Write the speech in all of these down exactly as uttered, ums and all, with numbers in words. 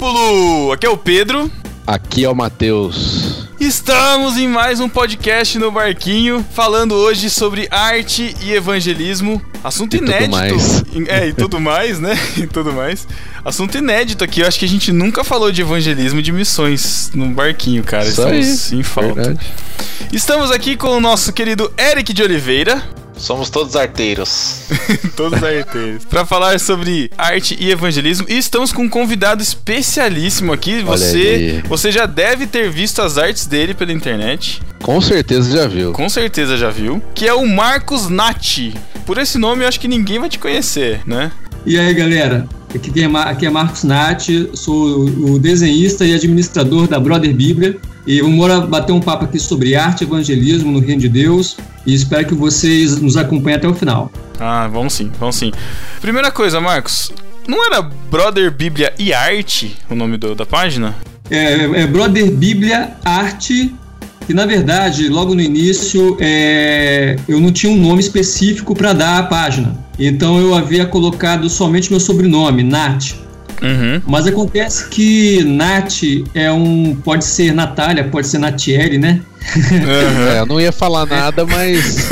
discípulo! Aqui é o Pedro. Aqui é o Matheus. Estamos em mais um podcast no Barquinho, falando hoje sobre arte e evangelismo. Assunto e inédito. Tudo mais. É, e tudo mais, né? E tudo mais. Assunto inédito aqui. Eu acho que a gente nunca falou de evangelismo e de missões no Barquinho, cara. Isso Estamos aí. em falta. Verdade. Estamos aqui com o nosso querido Eric de Oliveira. Somos todos arteiros. Todos arteiros. Para falar sobre arte e evangelismo. E estamos com um convidado especialíssimo aqui. Você, você já deve ter visto as artes dele pela internet. Com certeza já viu. Com certeza já viu. Que é o Marcos Natti. Por esse nome eu acho que ninguém vai te conhecer, né? E aí, galera? Aqui é, Mar- aqui é Marcos Natti, sou o desenhista e administrador da Brother Bíblia. E vamos bater um papo aqui sobre arte e evangelismo no Reino de Deus. E espero que vocês nos acompanhem até o final. Ah, vamos sim, vamos sim. Primeira coisa, Marcos, não era Brother Bíblia e Arte o nome do, da página? É, é Brother Bíblia Arte. E na verdade, logo no início, é, eu não tinha um nome específico para dar à página. Então eu havia colocado somente meu sobrenome, Natti. Uhum. Mas acontece que Natti é um. Pode ser Natália, pode ser Natiele, né? Uhum. É, eu não ia falar nada, mas.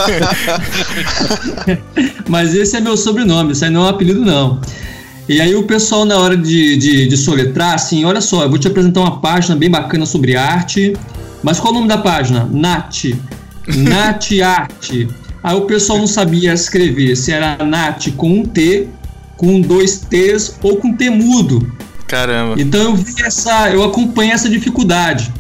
Mas esse é meu sobrenome, isso aí não é um apelido, não. E aí o pessoal, na hora de, de, de soletrar, assim, olha só, eu vou te apresentar uma página bem bacana sobre arte. Mas qual é o nome da página? Natti. Natti Arte. Aí o pessoal não sabia escrever se era Natti com um T, com dois T's ou com T mudo. Caramba. Então eu vi essa, eu acompanhei essa dificuldade.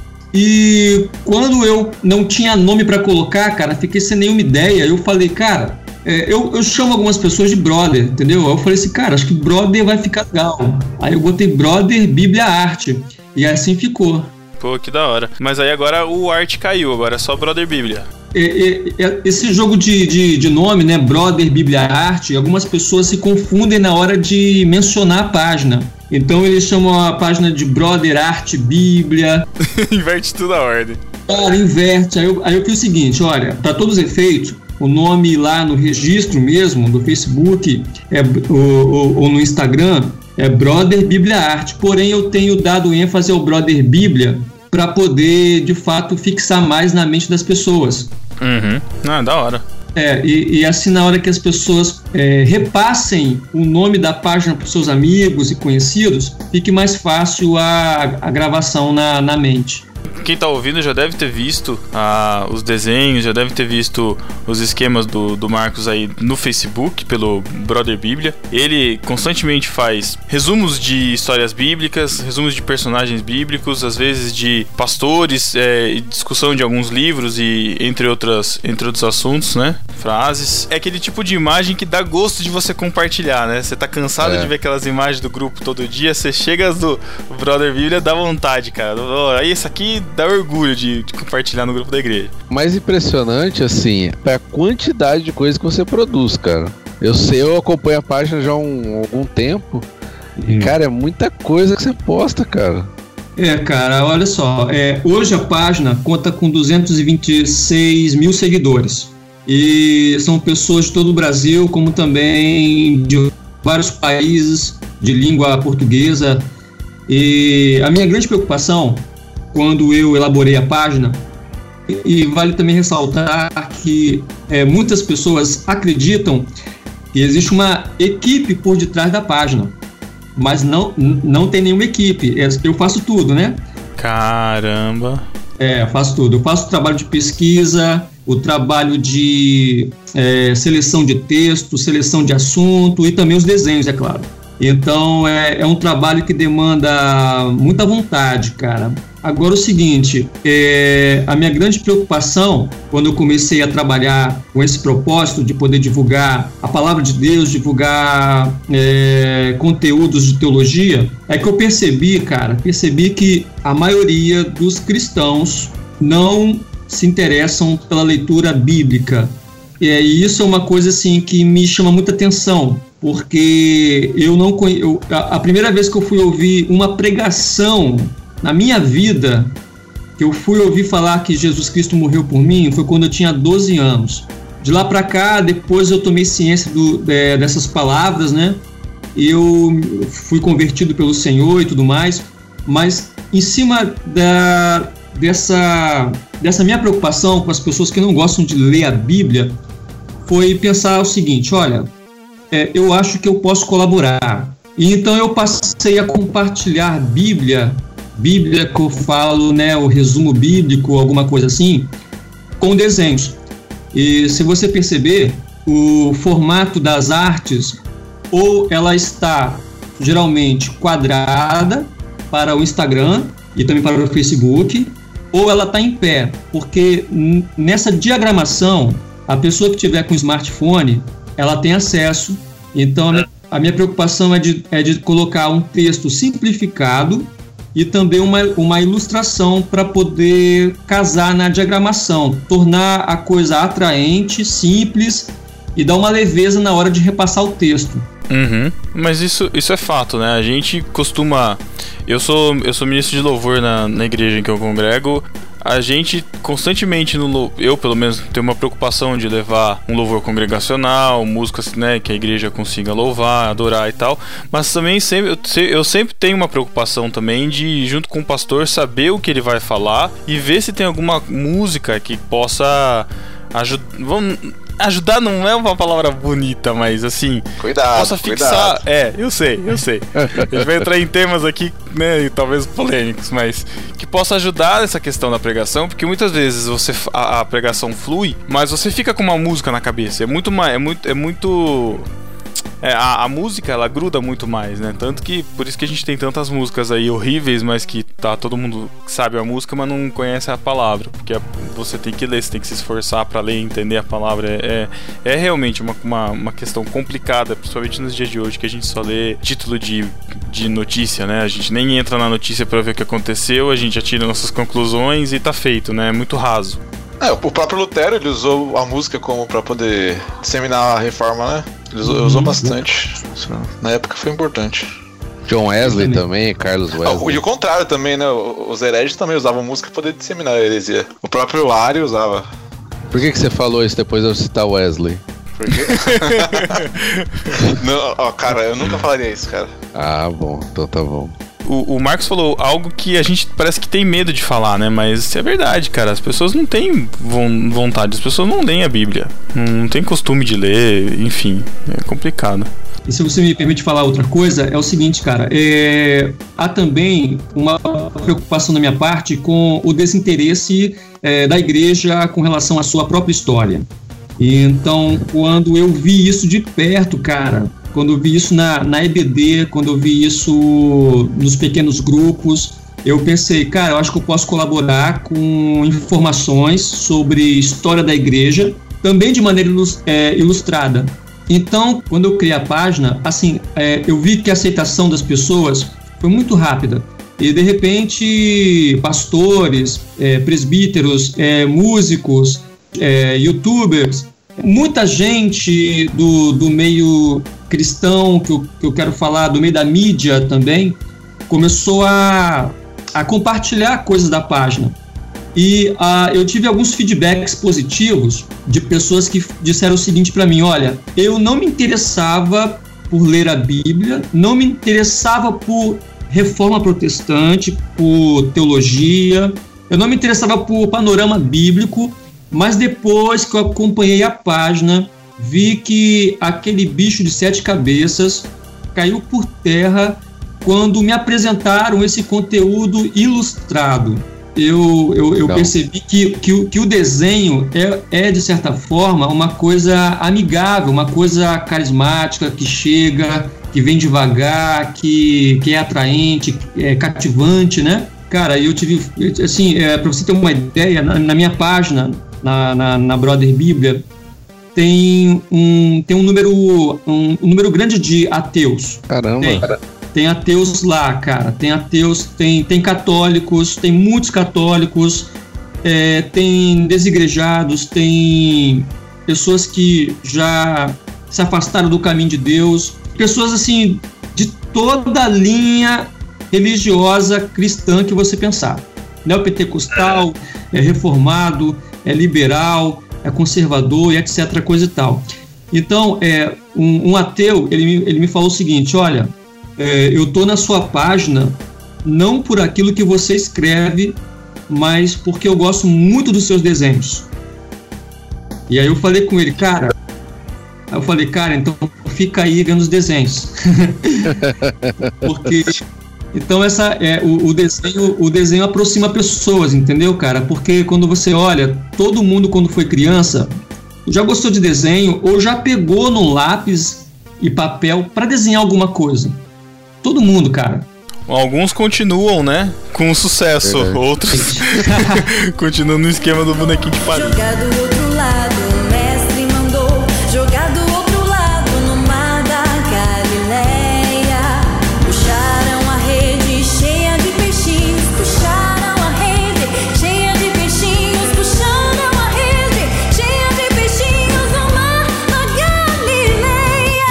E quando eu não tinha nome pra colocar, cara, fiquei sem nenhuma ideia. Eu falei, cara, é, eu, eu chamo algumas pessoas de brother, entendeu? Aí eu falei assim, cara, acho que brother vai ficar legal. Aí eu botei Brother Bíblia Arte. E assim ficou. Pô, que da hora. Mas aí agora o Arte caiu, agora é só Brother Bíblia. Esse jogo de, de, de nome, né, Brother Bíblia Arte, algumas pessoas se confundem na hora de mencionar a página. Então eles chamam a página de Brother Arte Bíblia. Inverte tudo a ordem. Cara, inverte. Aí eu, aí eu fiz o seguinte, olha, para todos os efeitos, o nome lá no registro mesmo, do Facebook é, ou, ou, ou no Instagram, é Brother Bíblia Arte. Porém, eu tenho dado ênfase ao Brother Bíblia para poder, de fato, fixar mais na mente das pessoas. Uhum. Ah, da hora. É, e, e assim, na hora que as pessoas é, repassem o nome da página para os seus amigos e conhecidos, fique mais fácil a, a gravação na, na mente. Quem tá ouvindo já deve ter visto ah, os desenhos, já deve ter visto os esquemas do, do Marcos aí no Facebook, pelo Brother Bíblia. Ele constantemente faz resumos de histórias bíblicas, resumos de personagens bíblicos, às vezes de pastores, é, discussão de alguns livros e entre, outras, entre outros assuntos, né? Frases. É aquele tipo de imagem que dá gosto de você compartilhar, né? Você tá cansado é. de ver aquelas imagens do grupo todo dia, você chega do Brother Bíblia, dá vontade, cara. Oh, aí isso aqui dá orgulho de, de compartilhar no grupo da igreja. Mais impressionante, assim, é a quantidade de coisa que você produz, cara. Eu sei, eu acompanho a página já há um, algum tempo. Hum. E, cara, é muita coisa que você posta, cara. É, cara, olha só. É, hoje a página conta com duzentos e vinte e seis mil seguidores. E são pessoas de todo o Brasil, como também de vários países de língua portuguesa. E a minha grande preocupação quando eu elaborei a página, e vale também ressaltar que é, muitas pessoas acreditam que existe uma equipe por detrás da página, mas não, não tem nenhuma equipe, eu faço tudo, né? Caramba! É, eu faço tudo, eu faço o trabalho de pesquisa, o trabalho de é, seleção de texto, seleção de assunto e também os desenhos, é claro. Então é, é um trabalho que demanda muita vontade, cara. Agora o seguinte, é, a minha grande preocupação quando eu comecei a trabalhar com esse propósito de poder divulgar a palavra de Deus, divulgar é, conteúdos de teologia, é que eu percebi, cara, percebi que a maioria dos cristãos não se interessam pela leitura bíblica. E isso é uma coisa assim que me chama muita atenção, porque eu não conhe... a primeira vez que eu fui ouvir uma pregação na minha vida, que eu fui ouvir falar que Jesus Cristo morreu por mim, foi quando eu tinha doze anos. De lá para cá, depois eu tomei ciência do, é, dessas palavras, né? eu fui convertido pelo Senhor e tudo mais, mas em cima da, dessa, dessa minha preocupação com as pessoas que não gostam de ler a Bíblia, foi pensar o seguinte, olha, é, eu acho que eu posso colaborar. E então eu passei a compartilhar Bíblia, Bíblia que eu falo, né, o resumo bíblico, alguma coisa assim, com desenhos. E se você perceber, o formato das artes, ou ela está geralmente quadrada para o Instagram e também para o Facebook, ou ela está em pé, porque nessa diagramação, a pessoa que tiver com smartphone, ela tem acesso. Então a minha, a minha preocupação é de, é de colocar um texto simplificado e também uma, uma ilustração para poder casar na diagramação, tornar a coisa atraente, simples e dar uma leveza na hora de repassar o texto. Uhum. Mas isso, isso é fato, né? A gente costuma... Eu sou, eu sou ministro de louvor na, na igreja em que eu congrego. A gente constantemente, no, eu pelo menos, tenho uma preocupação de levar um louvor congregacional, músicas, né, que a igreja consiga louvar, adorar e tal. Mas também sempre, eu, eu sempre tenho uma preocupação também de, junto com o pastor, saber o que ele vai falar e ver se tem alguma música que possa ajudar... Vamos, ajudar não é uma palavra bonita, mas assim, cuidado, possa fixar. Cuidado. É, eu sei, eu sei. A gente vai entrar em temas aqui, né, talvez polêmicos, mas que possa ajudar nessa questão da pregação, porque muitas vezes você a, a pregação flui, mas você fica com uma música na cabeça. É muito mais, é muito, é muito É, a, a música, ela gruda muito mais, né? Tanto que, por isso que a gente tem tantas músicas aí horríveis, mas que tá, todo mundo sabe a música, mas não conhece a palavra. Porque a, você tem que ler, você tem que se esforçar pra ler e entender a palavra. É, é, é realmente uma, uma, uma questão complicada, principalmente nos dias de hoje, que a gente só lê título de, de notícia, né? A gente nem entra na notícia pra ver o que aconteceu, a gente atira nossas conclusões e tá feito, né? É muito raso. É, o próprio Lutero, ele usou a música como pra poder disseminar a reforma, né? Ele usou, uhum. usou bastante. Na época foi importante. John Wesley também, Carlos Wesley. Ah, e o contrário também, né? Os hereges também usavam música pra poder disseminar a heresia. O próprio Ari usava. Por que, que você falou isso depois de eu citar Wesley? Por quê? Não, ó, cara, eu nunca falaria isso, cara. Ah, bom, então tá bom. O, o Marcos falou algo que a gente parece que tem medo de falar, né? Mas é verdade, cara. As pessoas não têm vontade, as pessoas não leem a Bíblia. Não, não têm costume de ler, enfim. É complicado. E se você me permite falar outra coisa, é o seguinte, cara. É, há também uma preocupação da minha parte com o desinteresse é, da igreja com relação à sua própria história. E então, quando eu vi isso de perto, cara... Quando eu vi isso na, na E B D, quando eu vi isso nos pequenos grupos, eu pensei, cara, eu acho que eu posso colaborar com informações sobre história da igreja, também de maneira é, ilustrada. Então, quando eu criei a página, assim, é, eu vi que a aceitação das pessoas foi muito rápida. E, de repente, pastores, é, presbíteros, é, músicos, é, youtubers, muita gente do, do meio cristão, que eu, que eu quero falar, do meio da mídia também, começou a, a compartilhar coisas da página. E uh, eu tive alguns feedbacks positivos de pessoas que disseram o seguinte para mim: olha, eu não me interessava por ler a Bíblia, não me interessava por reforma protestante, por teologia, eu não me interessava por panorama bíblico, mas depois que eu acompanhei a página, vi que aquele bicho de sete cabeças caiu por terra quando me apresentaram esse conteúdo ilustrado. Eu, eu, eu percebi que, que, o, que o desenho é, é, de certa forma, uma coisa amigável, uma coisa carismática, que chega, que vem devagar, que, que é atraente, é cativante, né? Cara, eu tive, assim, é, para você ter uma ideia, na, na minha página, na, na, na Brother Bíblia, tem um, tem um, número, um, um número grande de ateus. Caramba! Tem, tem ateus lá, cara. Tem ateus, tem, tem católicos, tem muitos católicos, é, tem desigrejados, tem pessoas que já se afastaram do caminho de Deus, pessoas, assim, de toda a linha religiosa cristã que você pensar. Neopentecostal, é reformado, é liberal, é conservador e etc, coisa e tal. Então, é, um, um ateu, ele me, ele me falou o seguinte, olha, é, eu tô na sua página não por aquilo que você escreve, mas porque eu gosto muito dos seus desenhos. E aí eu falei com ele, cara, aí eu falei, cara, então fica aí vendo os desenhos. Porque, então essa, é, o, o, desenho, o desenho aproxima pessoas, entendeu, cara? Porque quando você olha, todo mundo quando foi criança já gostou de desenho ou já pegou no lápis e papel para desenhar alguma coisa. Todo mundo, cara. Alguns continuam, né? Com sucesso. É. Outros continuam no esquema do bonequinho de palha. Jogar do outro lado, o mestre mandou. Jogar do outro lado, no mar da Galileia. Puxaram a rede cheia de peixinhos. Puxaram a rede cheia de peixinhos. Puxaram a rede cheia de peixinhos no mar da Galileia.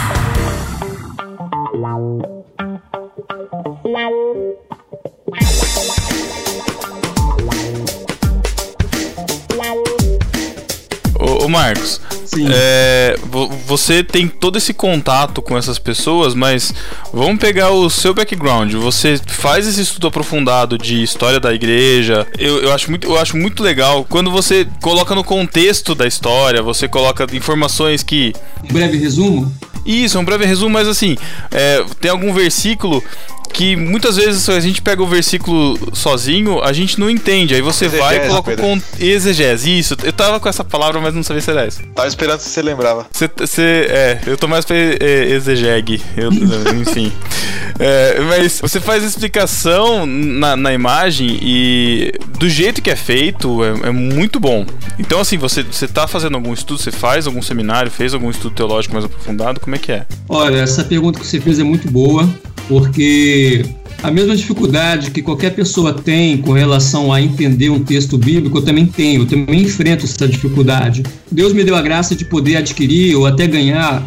Ô, ô Marcos, é, você tem todo esse contato com essas pessoas, mas vamos pegar o seu background. Você faz esse estudo aprofundado de história da igreja. Eu, eu, acho muito, eu acho muito legal quando você coloca no contexto da história, você coloca informações que... Um breve resumo? Isso, um breve resumo, mas assim, é, tem algum versículo que muitas vezes a gente pega o versículo sozinho, a gente não entende. Aí você exegese, vai e coloca o con... exegese. Isso, eu tava com essa palavra, mas não sabia se era essa. Tava esperando se você lembrava. Você, você, é, eu tô mais pra é, exegegue. Eu, enfim. É, mas você faz a explicação na, na imagem e do jeito que é feito, é, é muito bom. Então, assim, você, você tá fazendo algum estudo, você faz algum seminário, fez algum estudo teológico mais aprofundado? Como é que é? Olha, essa pergunta que você fez é muito boa, porque a mesma dificuldade que qualquer pessoa tem com relação a entender um texto bíblico, eu também tenho, eu também enfrento essa dificuldade. Deus me deu a graça de poder adquirir ou até ganhar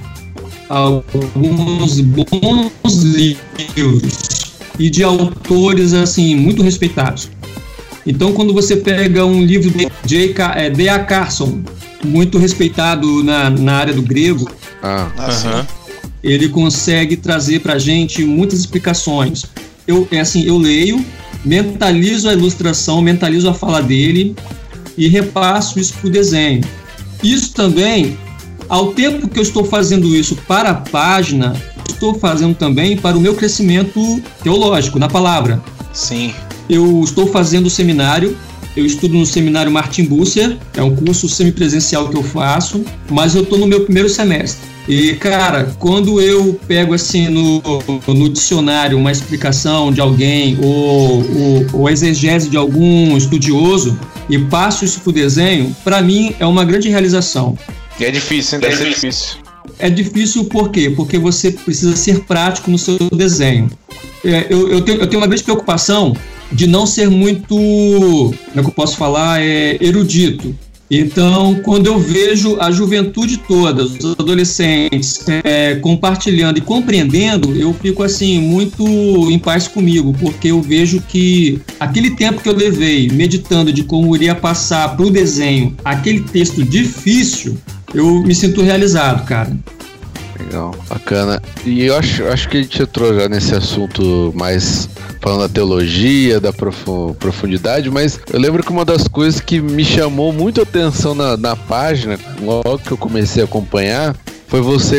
alguns bons livros e de autores assim muito respeitados. Então, quando você pega um livro de D A Carson, muito respeitado na, na área do grego, ah, uh-huh. ele consegue trazer pra gente muitas explicações. Eu, é assim, eu leio, mentalizo a ilustração, mentalizo a fala dele e repasso isso pro desenho. Isso também, ao tempo que eu estou fazendo isso para a página, estou fazendo também para o meu crescimento teológico, na palavra. Sim. Eu estou fazendo o seminário, eu estudo no seminário Martin Bucer, é um curso semipresencial que eu faço, mas eu estou no meu primeiro semestre. E, cara, quando eu pego assim no, no dicionário uma explicação de alguém ou, ou, ou a exegese de algum estudioso e passo isso pro desenho, para mim é uma grande realização. E é difícil, hein? Deve ser difícil. É difícil por quê? Porque você precisa ser prático no seu desenho. É, eu, eu, tenho, eu tenho uma grande preocupação de não ser muito, como é que eu posso falar, é, erudito. Então, quando eu vejo a juventude toda, os adolescentes é, compartilhando e compreendendo, eu fico assim muito em paz comigo, porque eu vejo que aquele tempo que eu levei meditando de como iria passar para o desenho aquele texto difícil, eu me sinto realizado, cara. Legal, bacana. E eu acho, acho que a gente entrou já nesse assunto mais falando da teologia, da profundidade, mas eu lembro que uma das coisas que me chamou muito a atenção na, na página, logo que eu comecei a acompanhar, foi você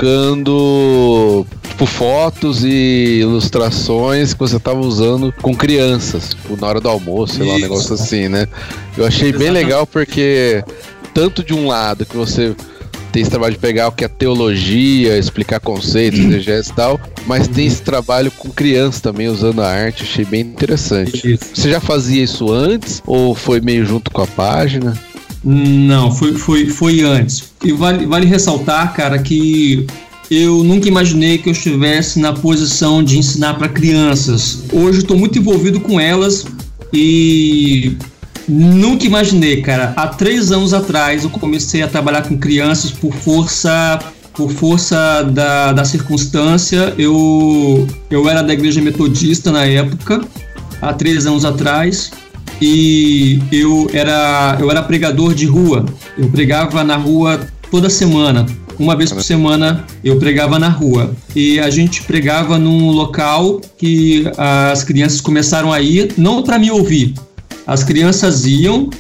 colocando tipo, fotos e ilustrações que você estava usando com crianças, tipo, na hora do almoço, sei lá, um negócio assim, né? Eu achei bem legal porque tanto de um lado que você tem esse trabalho de pegar o que é teologia, explicar conceitos, exegese e tal, mas tem esse trabalho com crianças também, usando a arte, achei bem interessante. Isso. Você já fazia isso antes ou foi meio junto com a página? Não, foi, foi, foi antes. E vale, vale ressaltar, cara, que eu nunca imaginei que eu estivesse na posição de ensinar para crianças. Hoje estou muito envolvido com elas e... nunca imaginei, cara. Há três anos atrás eu comecei a trabalhar com crianças por força, por força da, da circunstância. Eu, eu era da igreja metodista na época, há três anos atrás, e eu era, eu era pregador de rua. Eu pregava na rua toda semana. Uma vez por semana eu pregava na rua. E a gente pregava num local que as crianças começaram a ir, não para me ouvir. As crianças iam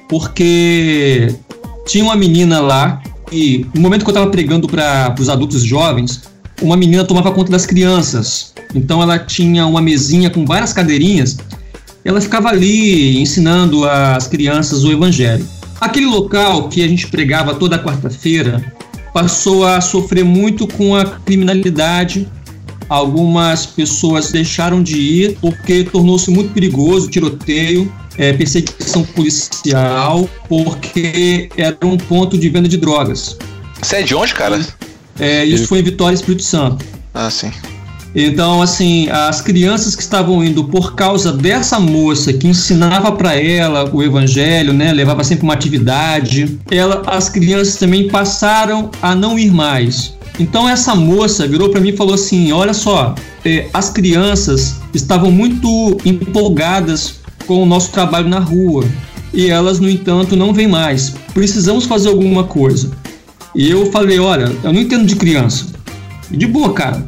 porque tinha uma menina lá e no momento que eu estava pregando para os adultos jovens, uma menina tomava conta das crianças. Então ela tinha uma mesinha com várias cadeirinhas. Ela ficava ali ensinando às crianças o evangelho. Aquele local que a gente pregava toda quarta-feira passou a sofrer muito com a criminalidade. Algumas pessoas deixaram de ir porque tornou-se muito perigoso, tiroteio, é, perseguição policial, porque era um ponto de venda de drogas. Você é de onde, cara? É, isso foi em Vitória, Espírito Santo. Ah, sim. Então, assim, as crianças que estavam indo por causa dessa moça que ensinava para ela o evangelho, né, levava sempre uma atividade, ela, as crianças também passaram a não ir mais. Então essa moça virou para mim e falou assim, olha só, eh, as crianças estavam muito empolgadas com o nosso trabalho na rua e elas, no entanto, não vêm mais. Precisamos fazer alguma coisa. E eu falei, olha, eu não entendo de criança. De boa, cara.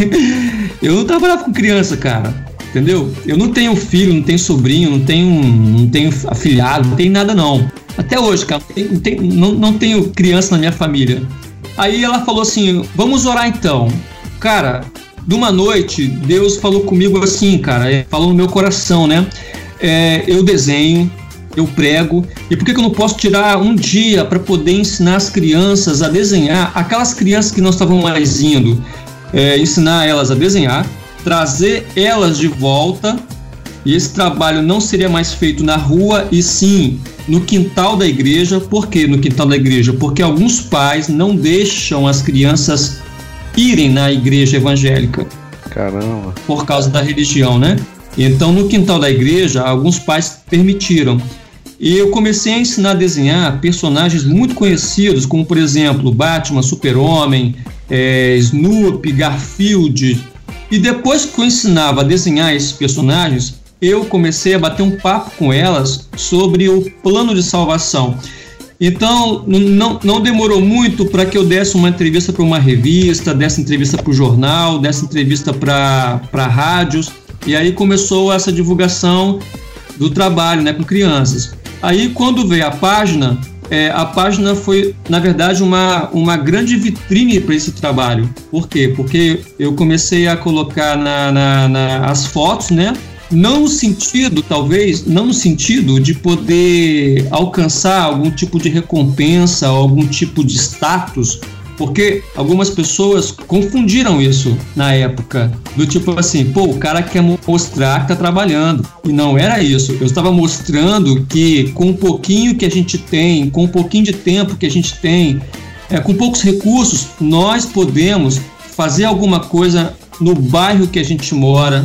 Eu não trabalhava com criança, cara. Entendeu? Eu não tenho filho, não tenho sobrinho, não tenho, não tenho afilhado, não tenho nada não. Até hoje, cara, não tenho, não, não tenho criança na minha família. Aí ela falou assim, vamos orar então. Cara, de uma noite, Deus falou comigo assim, cara, falou no meu coração, né? É, eu desenho, eu prego, e por que, que eu não posso tirar um dia para poder ensinar as crianças a desenhar? Aquelas crianças que não estavam mais indo, é, ensinar elas a desenhar, trazer elas de volta, e esse trabalho não seria mais feito na rua, e sim no quintal da igreja. Por que no quintal da igreja? Porque alguns pais não deixam as crianças irem na igreja evangélica. Caramba. Por causa da religião, né? Então, no quintal da igreja, alguns pais permitiram. E eu comecei a ensinar a desenhar personagens muito conhecidos, como, por exemplo, Batman, Super-Homem, é, Snoopy, Garfield. E depois que eu ensinava a desenhar esses personagens, eu comecei a bater um papo com elas sobre o plano de salvação. Então, não, não demorou muito para que eu desse uma entrevista para uma revista, desse entrevista para o jornal, desse entrevista para rádios. E aí começou essa divulgação do trabalho, né, com crianças. Aí, quando veio a página, é, a página foi, na verdade, uma, uma grande vitrine para esse trabalho. Por quê? Porque eu comecei a colocar na, na, na, as fotos, né? Não no sentido, talvez, não no sentido de poder alcançar algum tipo de recompensa, algum tipo de status, porque algumas pessoas confundiram isso na época, do tipo assim, pô, o cara quer mostrar que tá trabalhando, e não era isso. Eu estava mostrando que com um pouquinho que a gente tem, com um pouquinho de tempo que a gente tem, é, com poucos recursos, nós podemos fazer alguma coisa no bairro que a gente mora,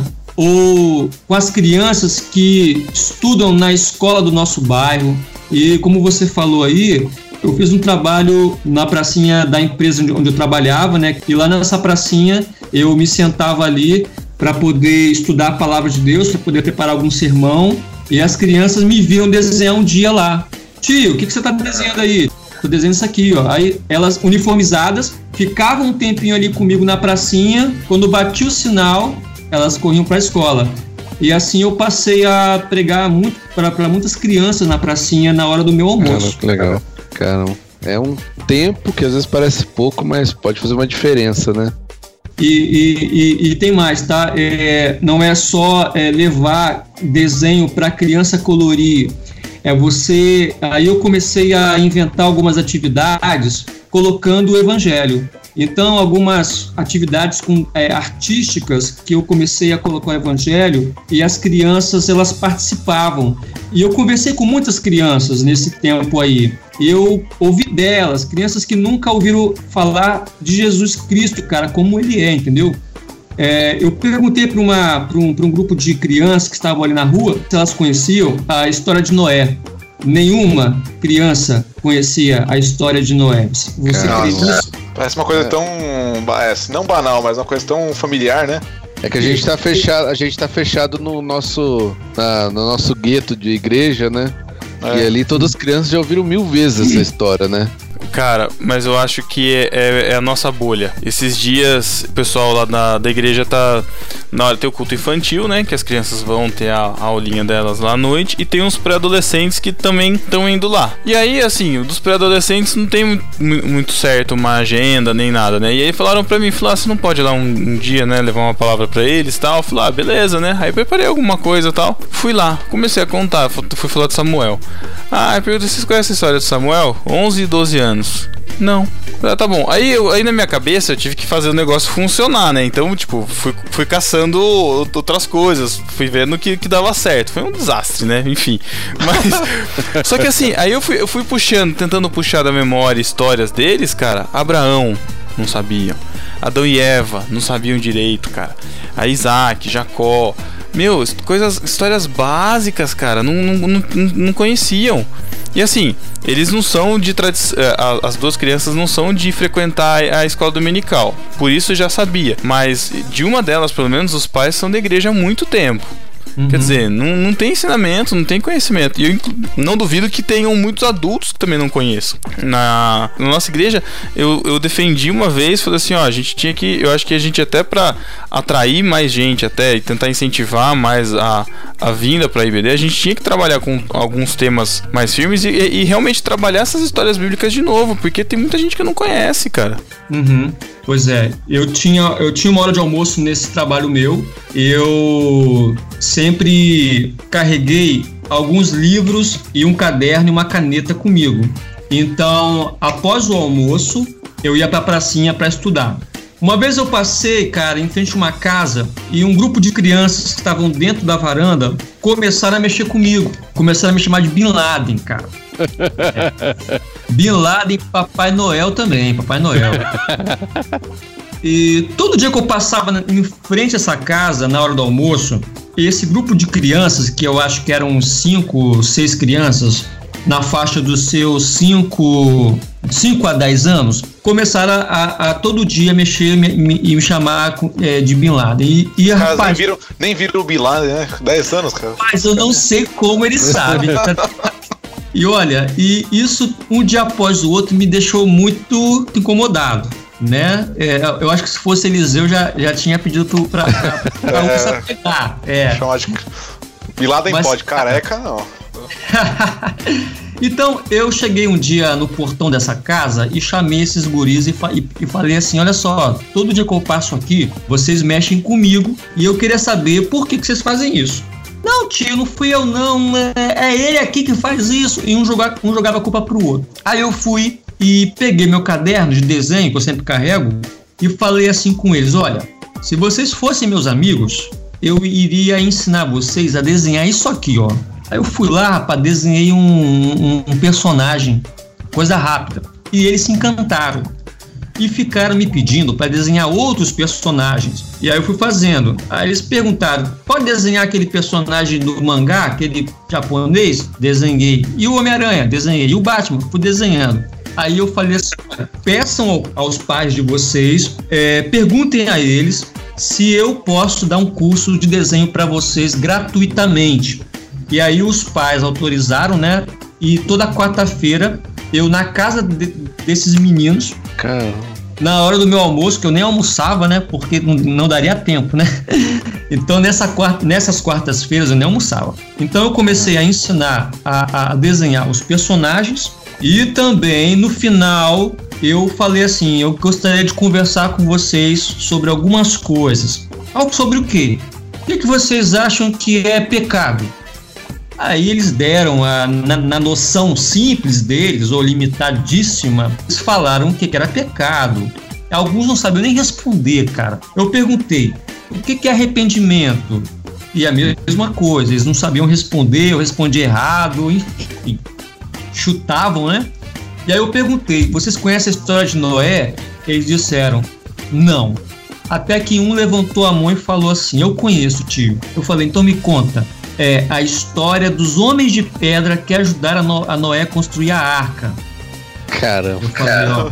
ou com as crianças que estudam na escola do nosso bairro. E como você falou aí, eu fiz um trabalho na pracinha da empresa onde eu trabalhava, né? E lá nessa pracinha eu me sentava ali para poder estudar a palavra de Deus, para poder preparar algum sermão, e as crianças me viam desenhar um dia lá. Tio, o que, que você está desenhando aí? Estou desenhando isso aqui, ó. Aí elas, uniformizadas, ficavam um tempinho ali comigo na pracinha. Quando batia o sinal, elas corriam para a escola. E assim eu passei a pregar muito para muitas crianças na pracinha na hora do meu almoço. Cara, que legal. Cara, é um tempo que às vezes parece pouco, mas pode fazer uma diferença, né? E, e, e, e tem mais, tá? É, não é só é, levar desenho para criança colorir. É você... Aí eu comecei a inventar algumas atividades colocando o evangelho. Então, algumas atividades com, é, artísticas que eu comecei a colocar o evangelho, e as crianças, elas participavam. E eu conversei com muitas crianças nesse tempo aí. Eu ouvi delas, crianças que nunca ouviram falar de Jesus Cristo, cara, como ele é, entendeu? É, eu perguntei para um, um grupo de crianças que estavam ali na rua se elas conheciam a história de Noé. Nenhuma criança conhecia a história de Noé. Você acredita? Parece uma coisa é. tão, é, não banal, mas uma coisa tão familiar, né? É que a gente tá fechado, a gente tá fechado no nosso, na, no nosso gueto de igreja, né? É. E ali todas as crianças já ouviram mil vezes essa história, né? Cara, mas eu acho que é, é, é a nossa bolha. Esses dias, o pessoal lá da, da igreja tá... Na hora tem o culto infantil, né? Que as crianças vão ter a, a aulinha delas lá à noite. E tem uns pré-adolescentes que também estão indo lá. E aí, assim, dos pré-adolescentes não tem muito certo uma agenda, nem nada, né? E aí falaram pra mim, falaram, ah, você não pode ir lá um, um dia, né? Levar uma palavra pra eles e tal. Eu falei, ah, beleza, né? Aí preparei alguma coisa e tal. Fui lá, comecei a contar. Fui falar de Samuel. Ah, eu perguntei, vocês conhecem a história de Samuel? onze e doze anos. Não. Ah, tá bom. Aí, eu, aí na minha cabeça eu tive que fazer o negócio funcionar, né? Então, tipo, fui, fui caçando outras coisas, fui vendo que, que dava certo. Foi um desastre, né? Enfim. Mas. Só que assim, aí eu fui, eu fui puxando, tentando puxar da memória histórias deles, cara. Abraão, não sabiam. Adão e Eva, não sabiam direito, cara. A Isaac, Jacó. Meu, coisas, histórias básicas, cara, não, não, não, não conheciam. E assim, eles não são de tradição. As duas crianças não são de frequentar a escola dominical. Por isso eu já sabia. Mas de uma delas, pelo menos, os pais são da igreja há muito tempo. Uhum. Quer dizer, não, não tem ensinamento, não tem conhecimento. E eu não duvido que tenham muitos adultos que também não conheçam. Na, na nossa igreja, eu, eu defendi uma vez, falei assim, ó, a gente tinha que, eu acho que a gente até pra atrair mais gente até e tentar incentivar mais a, a vinda pra I B D, a gente tinha que trabalhar com alguns temas mais firmes e, e, e realmente trabalhar essas histórias bíblicas de novo, porque tem muita gente que não conhece, cara. Uhum. Pois é, eu tinha, eu tinha uma hora de almoço nesse trabalho meu, eu sempre carreguei alguns livros e um caderno e uma caneta comigo. Então, após o almoço, eu ia pra pracinha para estudar. Uma vez eu passei, cara, em frente a uma casa e um grupo de crianças que estavam dentro da varanda começaram a mexer comigo, começaram a me chamar de Bin Laden, cara. É. Bin Laden, Papai Noel também, Papai Noel. E todo dia que eu passava em frente a essa casa, na hora do almoço, esse grupo de crianças, que eu acho que eram cinco, seis crianças, na faixa dos seus cinco a dez anos, começaram a, a, a todo dia mexer e me, me, me chamar é, de Bin Laden. E, e cara, rapaz, nem viram, nem viram o Bin Laden, né? dez anos, cara. Mas eu não sei como eles sabem. E olha, e isso um dia após o outro me deixou muito incomodado, né? É, eu acho que se fosse Eliseu já, já tinha pedido para é, pegar. É. Chamar de Bin Laden Mas, pode, careca não. Então eu cheguei um dia no portão dessa casa e chamei esses guris e, fa- e, e falei assim, olha só, todo dia que eu passo aqui, vocês mexem comigo e eu queria saber por que, que vocês fazem isso. Não, tio, não fui eu não, é, é ele aqui que faz isso. E um, joga, um jogava a culpa pro outro. Aí eu fui e peguei meu caderno de desenho, que eu sempre carrego, e falei assim com eles, olha, se vocês fossem meus amigos, eu iria ensinar vocês a desenhar isso aqui, ó. Aí eu fui lá, rapaz, desenhei um, um, um personagem, coisa rápida. E eles se encantaram. E ficaram me pedindo para desenhar outros personagens. E aí eu fui fazendo. Aí eles perguntaram, pode desenhar aquele personagem do mangá, aquele japonês? Desenhei. E o Homem-Aranha? Desenhei. E o Batman? Fui desenhando. Aí eu falei assim, peçam aos pais de vocês, é, perguntem a eles se eu posso dar um curso de desenho para vocês gratuitamente. E aí os pais autorizaram, né? E toda quarta-feira eu na casa de, desses meninos, caramba, na hora do meu almoço, que eu nem almoçava, né? Porque não, não daria tempo, né? Então nessa quarta, nessas quartas-feiras eu nem almoçava. Então eu comecei a ensinar a, a desenhar os personagens e também no final eu falei assim, eu gostaria de conversar com vocês sobre algumas coisas. Sobre o quê? O que, que vocês acham que é pecado? Aí eles deram, a, na, na noção simples deles, ou limitadíssima, eles falaram o que, que era pecado. Alguns não sabiam nem responder, cara. Eu perguntei, o que, que é arrependimento? E a mesma coisa, eles não sabiam responder, eu respondi errado, enfim, chutavam, né? E aí eu perguntei, vocês conhecem a história de Noé? Eles disseram, não. Até que um levantou a mão e falou assim, eu conheço, tio. Eu falei, então me conta. É a história dos homens de pedra que ajudaram a, no- a Noé a construir a arca. Caramba. Eu falei, ó,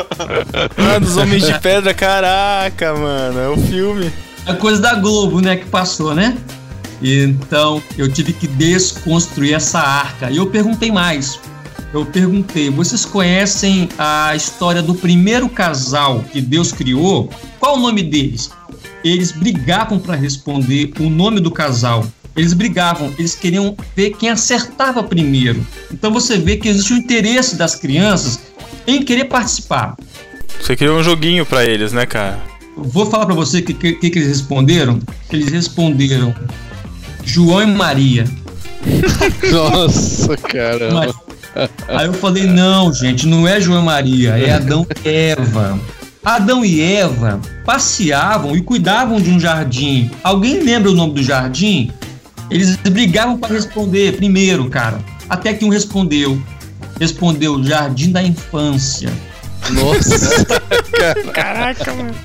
Ah, dos Homens de Pedra, caraca, mano, é o filme. é coisa da Globo, né, que passou, né? Então, eu tive que desconstruir essa arca. E eu perguntei mais. eu perguntei, vocês conhecem a história do primeiro casal que Deus criou? Qual o nome deles? Eles brigavam para responder o nome do casal. Eles brigavam, eles queriam ver quem acertava primeiro. Então você vê que existe o interesse das crianças em querer participar. Você criou um joguinho para eles, né, cara? Vou falar para você o que, que, que eles responderam. Eles responderam João e Maria. Nossa, caramba. Aí eu falei, não, gente, não é João e Maria, é Adão e Eva. Adão e Eva passeavam e cuidavam de um jardim. Alguém lembra o nome do jardim? Eles brigavam para responder primeiro, cara. Até que um respondeu. Respondeu Jardim da Infância. Nossa. Caraca, mano.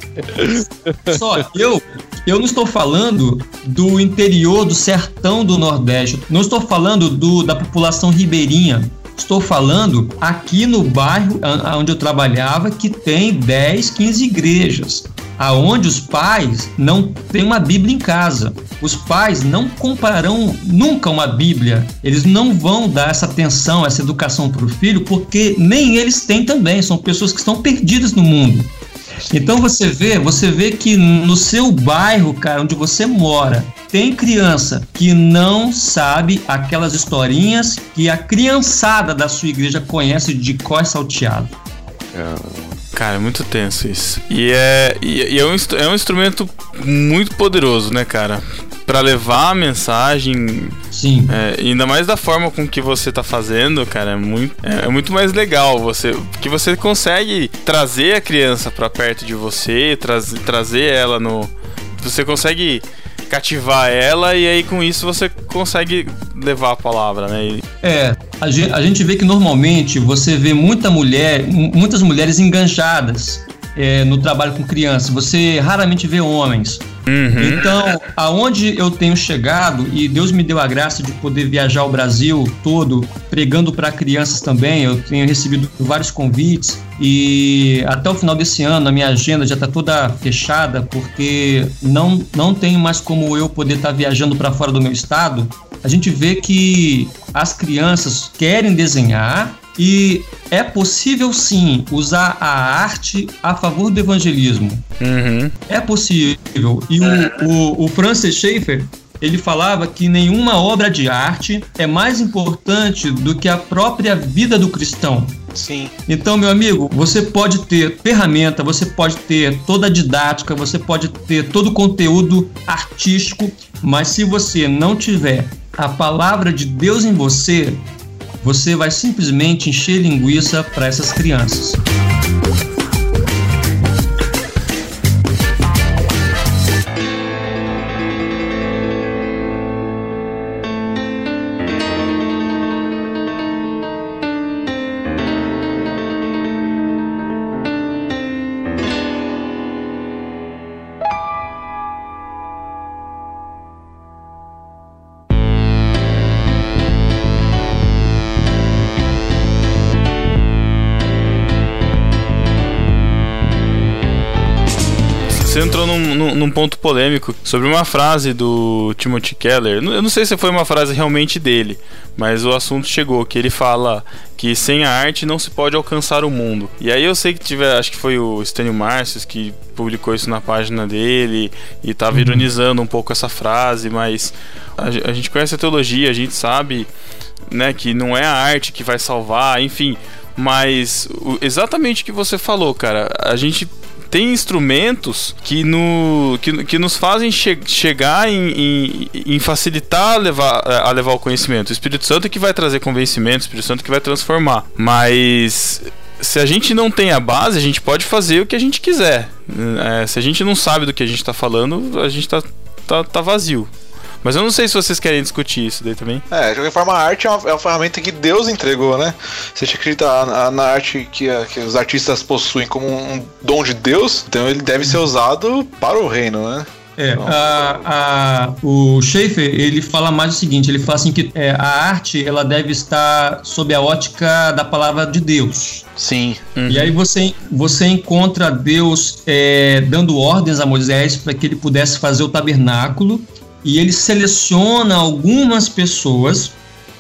Só, eu, eu não estou falando do interior, do sertão do Nordeste. Não estou falando do, da população ribeirinha. Estou falando aqui no bairro onde eu trabalhava, que tem dez, quinze igrejas, aonde os pais não têm uma Bíblia em casa. Os pais não comprarão nunca uma Bíblia. Eles não vão dar essa atenção, essa educação para o filho, porque nem eles têm também. São pessoas que estão perdidas no mundo. Então você vê, você vê que no seu bairro, cara, onde você mora, tem criança que não sabe aquelas historinhas que a criançada da sua igreja conhece de cor salteado. Cara, é muito tenso isso. E é, e, e é, um, é um instrumento muito poderoso, né, cara? Pra levar a mensagem. Sim. É, ainda mais da forma com que você tá fazendo, cara, é muito, é, é muito mais legal. Você, que você consegue trazer a criança pra perto de você, tra- trazer ela no... Você consegue cativar ela e aí com isso você consegue levar a palavra, né? E... É, a gente, a gente vê que normalmente você vê muita mulher, muitas mulheres enganjadas é, no trabalho com crianças. Você raramente vê homens. Uhum. Então, aonde eu tenho chegado, e Deus me deu a graça de poder viajar o Brasil todo, pregando para crianças também, eu tenho recebido vários convites, e até o final desse ano a minha agenda já está toda fechada, porque não, não tenho mais como eu poder estar tá viajando para fora do meu estado. A gente vê que as crianças querem desenhar, e é possível sim usar a arte a favor do evangelismo. Uhum. É possível. E o, o, o Francis Schaeffer, ele falava que nenhuma obra de arte é mais importante do que a própria vida do cristão. Sim. Então, meu amigo, você pode ter ferramenta, você pode ter toda a didática, você pode ter todo o conteúdo artístico, mas se você não tiver a palavra de Deus em você, você vai simplesmente encher linguiça para essas crianças. Você entrou num, num, num ponto polêmico sobre uma frase do Timothy Keller. Eu não sei se foi uma frase realmente dele, mas o assunto chegou, que ele fala que sem a arte não se pode alcançar o mundo. E aí eu sei que tiver, acho que foi o Stênio Márcios que publicou isso na página dele e tava ironizando um pouco essa frase, mas a, a gente conhece a teologia, a gente sabe, né, que não é a arte que vai salvar, enfim, mas o, exatamente o que você falou, cara, a gente tem instrumentos que, no, que, que nos fazem che- chegar em, em, em facilitar a levar, a levar o conhecimento. O Espírito Santo é que vai trazer convencimento, o Espírito Santo é que vai transformar. Mas se a gente não tem a base, a gente pode fazer o que a gente quiser. É, se a gente não sabe do que a gente está falando, a gente tá, tá, tá vazio. Mas eu não sei se vocês querem discutir isso daí também. É, de qualquer forma, a arte é uma, é uma ferramenta que Deus entregou, né? Se a gente acredita na, na arte que, a, que os artistas possuem como um dom de Deus, então ele deve ser usado para o reino, né? É, a, a, o Schaeffer, ele fala mais o seguinte, ele fala assim que é, a arte, ela deve estar sob a ótica da palavra de Deus. Sim. Uhum. E aí você, você encontra Deus é, dando ordens a Moisés para que ele pudesse fazer o tabernáculo, e ele seleciona algumas pessoas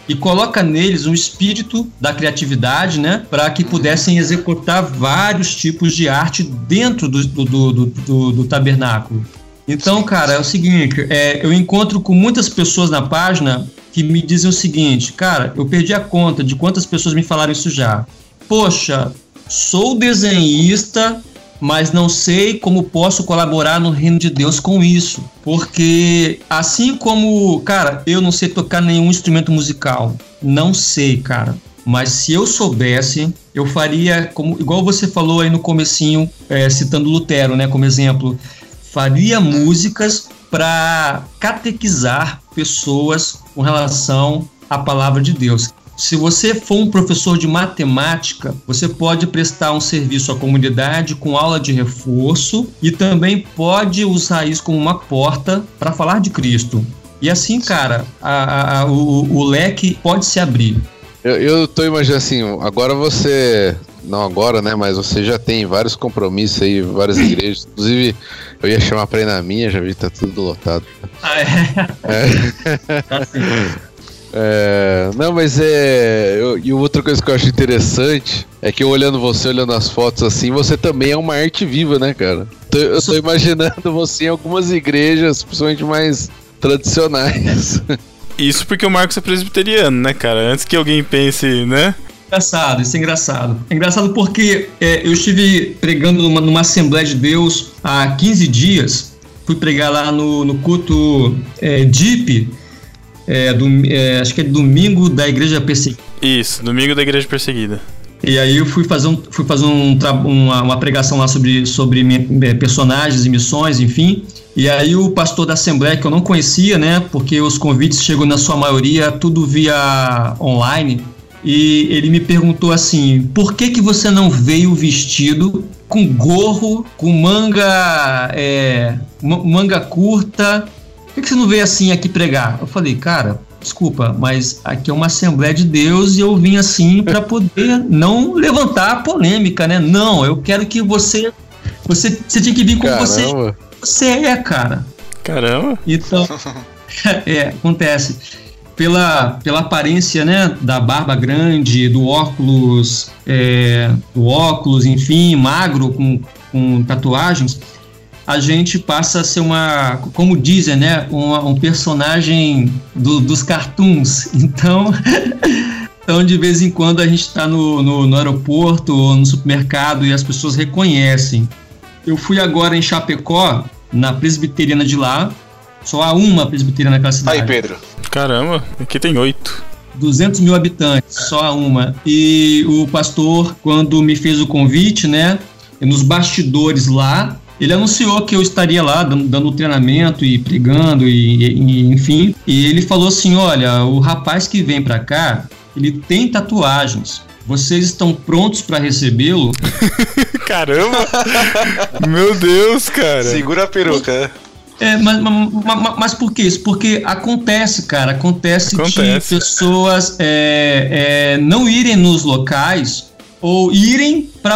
e coloca neles um espírito da criatividade, né, para que pudessem executar vários tipos de arte dentro do, do, do, do, do tabernáculo. Então, cara, é o seguinte, é, eu encontro com muitas pessoas na página que me dizem o seguinte: cara, eu perdi a conta de quantas pessoas me falaram isso já. Poxa, sou desenhista, mas não sei como posso colaborar no reino de Deus com isso. Porque assim como, cara, eu não sei tocar nenhum instrumento musical, não sei, cara. Mas se eu soubesse, eu faria, como, igual você falou aí no comecinho, é, citando Lutero, né, como exemplo, faria músicas para catequizar pessoas com relação à palavra de Deus. Se você for um professor de matemática, você pode prestar um serviço à comunidade com aula de reforço e também pode usar isso como uma porta para falar de Cristo. E assim, cara, a, a, o, o leque pode se abrir. Eu, eu tô imaginando assim, agora você... Não agora, né? Mas você já tem vários compromissos aí, várias igrejas. Inclusive, eu ia chamar pra ir na minha, já vi que tá tudo lotado. Ah, é? é. Tá sim. É, não, mas é. Eu, e outra coisa que eu acho interessante é que eu olhando você, olhando as fotos assim, você também é uma arte viva, né, cara? Tô, eu tô imaginando você em algumas igrejas, principalmente mais tradicionais. Isso porque o Marcos é presbiteriano, né, cara? Antes que alguém pense, né? Engraçado, isso é engraçado. É engraçado porque é, eu estive pregando numa, numa Assembleia de Deus há quinze dias. Fui pregar lá no, no culto é, D I P. É, do, é, acho que é domingo da Igreja Perseguida. Isso, domingo da Igreja Perseguida. E aí eu fui fazer, um, fui fazer um, uma, uma pregação lá sobre, sobre personagens e missões, enfim. E aí o pastor da Assembleia, que eu não conhecia, né, porque os convites chegam na sua maioria tudo via online, e ele me perguntou assim: por que que você não veio vestido com gorro, com manga, é, manga curta? Por que você não veio assim aqui pregar? Eu falei: cara, desculpa, mas aqui é uma Assembleia de Deus e eu vim assim para poder não levantar a polêmica, né? Não, eu quero que você... Você, você tinha que vir como você, você é, cara. Caramba. Então, é, acontece. Pela, pela aparência, né, da barba grande, do óculos, é, do óculos, enfim, magro, com, com tatuagens, a gente passa a ser uma, como dizem, né, uma, um personagem do, dos cartoons. Então, então, de vez em quando a gente está no, no, no aeroporto ou no supermercado e as pessoas reconhecem. Eu fui agora em Chapecó, na presbiteriana de lá. Só há uma presbiteriana naquela cidade. Aí, Pedro. Caramba, aqui tem oito. duzentos mil habitantes, só há uma. E o pastor, quando me fez o convite, né, nos bastidores lá, ele anunciou que eu estaria lá dando, dando treinamento e pregando, e, e, enfim. E ele falou assim: olha, o rapaz que vem pra cá, ele tem tatuagens. Vocês estão prontos pra recebê-lo? Caramba! Meu Deus, cara. Segura a peruca. É, mas, mas, mas por que isso? Porque acontece, cara, acontece, acontece. de pessoas é, é, não irem nos locais ou irem para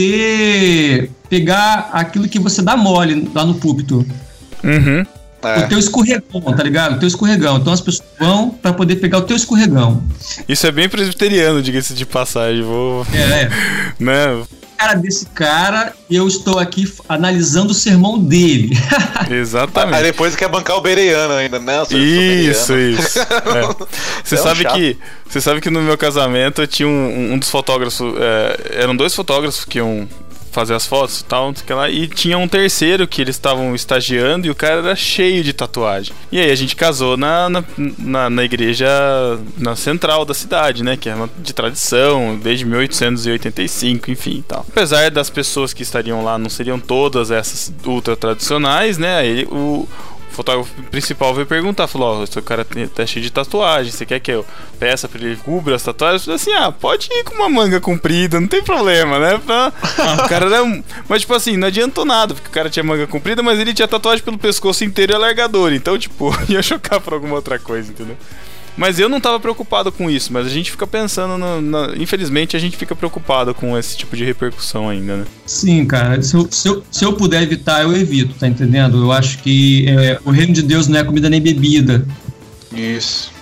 poder pegar aquilo que você dá mole lá no púlpito. Uhum. É. O teu escorregão, tá ligado? O teu escorregão. Então as pessoas vão para poder pegar o teu escorregão. Isso é bem presbiteriano, diga-se de passagem. Vou... É. Né? Cara desse cara, eu estou aqui analisando o sermão dele. Exatamente. Aí depois quer bancar o bereiano ainda, né? Isso, isso. É. Você, é um sabe que, você sabe que no meu casamento eu tinha um, um dos fotógrafos, é, eram dois fotógrafos que iam fazer as fotos e tal, e tinha um terceiro que eles estavam estagiando e o cara era cheio de tatuagem. E aí a gente casou na, na, na, na igreja na central da cidade, né, que é uma de tradição desde mil oitocentos e oitenta e cinco, enfim e tal. Apesar das pessoas que estariam lá não seriam todas essas ultra tradicionais, né, aí o O fotógrafo principal veio perguntar, falou: ó, oh, seu cara tá cheio de tatuagem, você quer que eu peça pra ele cubra as tatuagens? Eu falei assim: ah, pode ir com uma manga comprida, não tem problema, né? Pra... o cara era um... Mas tipo assim, não adiantou nada, porque o cara tinha manga comprida, mas ele tinha tatuagem pelo pescoço inteiro e alargador, então tipo, ia chocar por alguma outra coisa, entendeu? Mas eu não tava preocupado com isso, mas a gente fica pensando, no, na... infelizmente a gente fica preocupado com esse tipo de repercussão ainda, né? Sim, cara, se eu, se eu, se eu puder evitar, eu evito, tá entendendo? Eu acho que é, o reino de Deus não é comida nem bebida. Isso.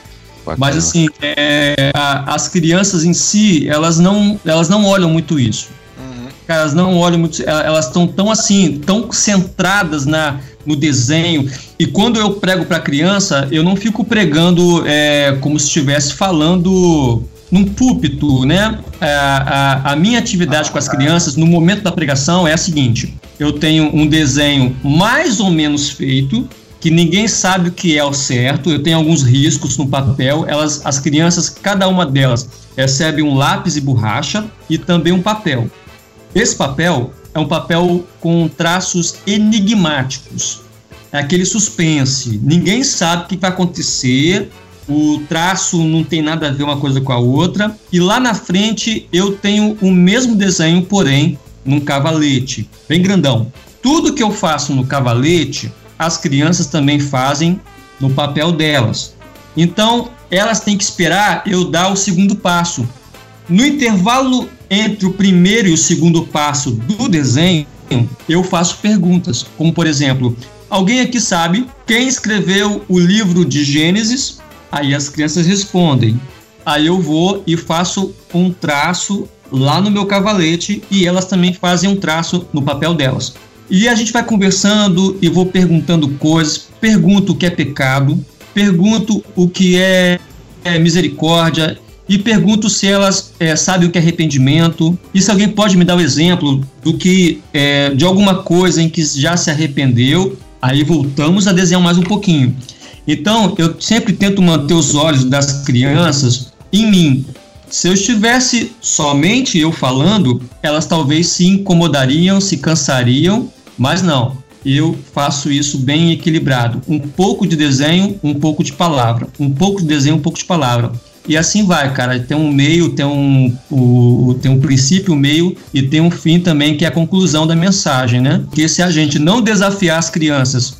Bacana. Mas assim, é, a, as crianças em si, elas não, elas não olham muito isso. Uhum. Elas não olham muito, elas estão tão assim, tão centradas na, no desenho. E quando eu prego para criança, eu não fico pregando é, como se estivesse falando num púlpito, né? A, a, a minha atividade com as crianças no momento da pregação é a seguinte: eu tenho um desenho mais ou menos feito, que ninguém sabe o que é ao certo, eu tenho alguns riscos no papel, elas, as crianças, cada uma delas recebe um lápis e borracha e também um papel. Esse papel é um papel com traços enigmáticos, é aquele suspense, ninguém sabe o que vai acontecer, o traço não tem nada a ver uma coisa com a outra, e lá na frente eu tenho o mesmo desenho, porém num cavalete, bem grandão. Tudo que eu faço no cavalete, as crianças também fazem no papel delas. Então, elas têm que esperar eu dar o segundo passo. No intervalo entre o primeiro e o segundo passo do desenho, eu faço perguntas, como por exemplo, alguém aqui sabe quem escreveu o livro de Gênesis? Aí as crianças respondem. Aí eu vou e faço um traço lá no meu cavalete e elas também fazem um traço no papel delas. E a gente vai conversando e vou perguntando coisas, pergunto o que é pecado, pergunto o que é, é misericórdia e pergunto se elas é, sabem o que é arrependimento e se alguém pode me dar o exemplo do que, é, de alguma coisa em que já se arrependeu, aí voltamos a desenhar mais um pouquinho. Então, eu sempre tento manter os olhos das crianças em mim. Se eu estivesse somente eu falando, elas talvez se incomodariam, se cansariam, mas não, eu faço isso bem equilibrado. Um pouco de desenho, um pouco de palavra. Um pouco de desenho, um pouco de palavra. E assim vai, cara. Tem um meio, tem um, o, tem um princípio, um meio e tem um fim também, que é a conclusão da mensagem, né? Porque se a gente não desafiar as crianças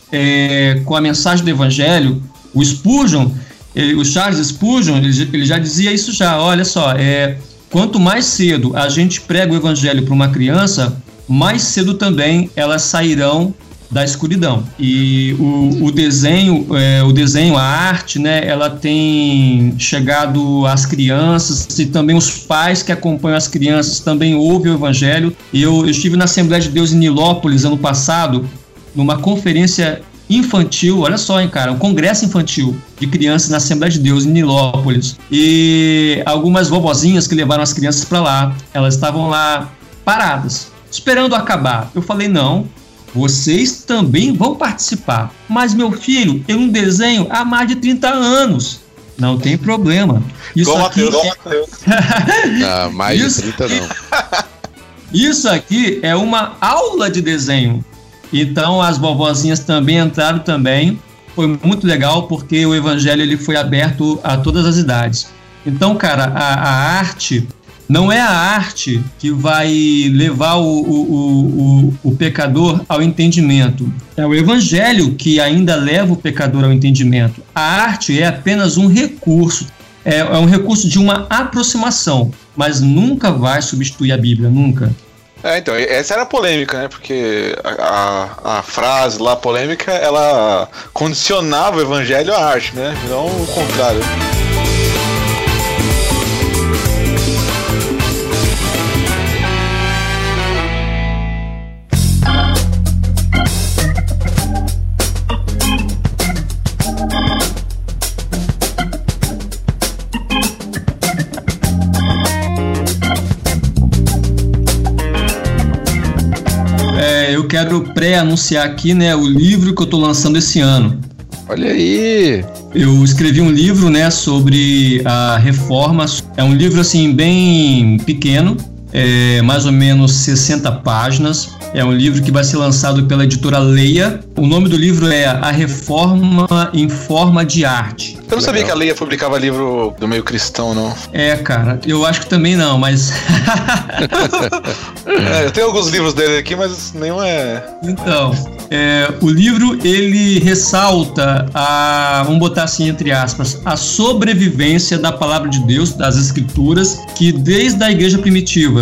é, com a mensagem do Evangelho, o Spurgeon, ele, o Charles Spurgeon, ele, ele já dizia isso já. Olha só, é, quanto mais cedo a gente prega o Evangelho para uma criança, mais cedo também elas sairão da escuridão. E o, o desenho, é, o desenho, a arte, né, ela tem chegado às crianças e também os pais que acompanham as crianças também ouvem o Evangelho. Eu, eu estive na Assembleia de Deus em Nilópolis ano passado, numa conferência infantil, olha só, hein, cara, um congresso infantil de crianças na Assembleia de Deus em Nilópolis. E algumas vovozinhas que levaram as crianças para lá, elas estavam lá paradas, esperando acabar. Eu falei, não, vocês também vão participar. Mas, meu filho, eu não desenho há mais de trinta anos. Não tem problema. Isso Igual aqui Mateus, é... Ah, mais Isso... de trinta não. Isso aqui é uma aula de desenho. Então, as vovozinhas também entraram também. Foi muito legal, porque o Evangelho ele foi aberto a todas as idades. Então, cara, a, a arte... Não é a arte que vai levar o, o, o, o pecador ao entendimento. É o Evangelho que ainda leva o pecador ao entendimento. A arte é apenas um recurso. É, é um recurso de uma aproximação, mas nunca vai substituir a Bíblia, nunca. É, então, essa era a polêmica, né? Porque a, a, a frase lá, polêmica, ela condicionava o Evangelho à arte, né? Não o contrário. Eu quero pré-anunciar aqui, né, o livro que eu estou lançando esse ano. Olha aí! Eu escrevi um livro, né, sobre a reforma. É um livro assim bem pequeno, é mais ou menos sessenta páginas. É um livro que vai ser lançado pela editora Leia. O nome do livro é A Reforma em Forma de Arte. Eu não sabia que a Leia publicava livro do meio cristão, não. É, cara, eu acho que também não, mas... é, eu tenho alguns livros dele aqui, mas nenhum é... Então, é, o livro, ele ressalta a, vamos botar assim entre aspas, a sobrevivência da palavra de Deus, das escrituras, que desde a igreja primitiva,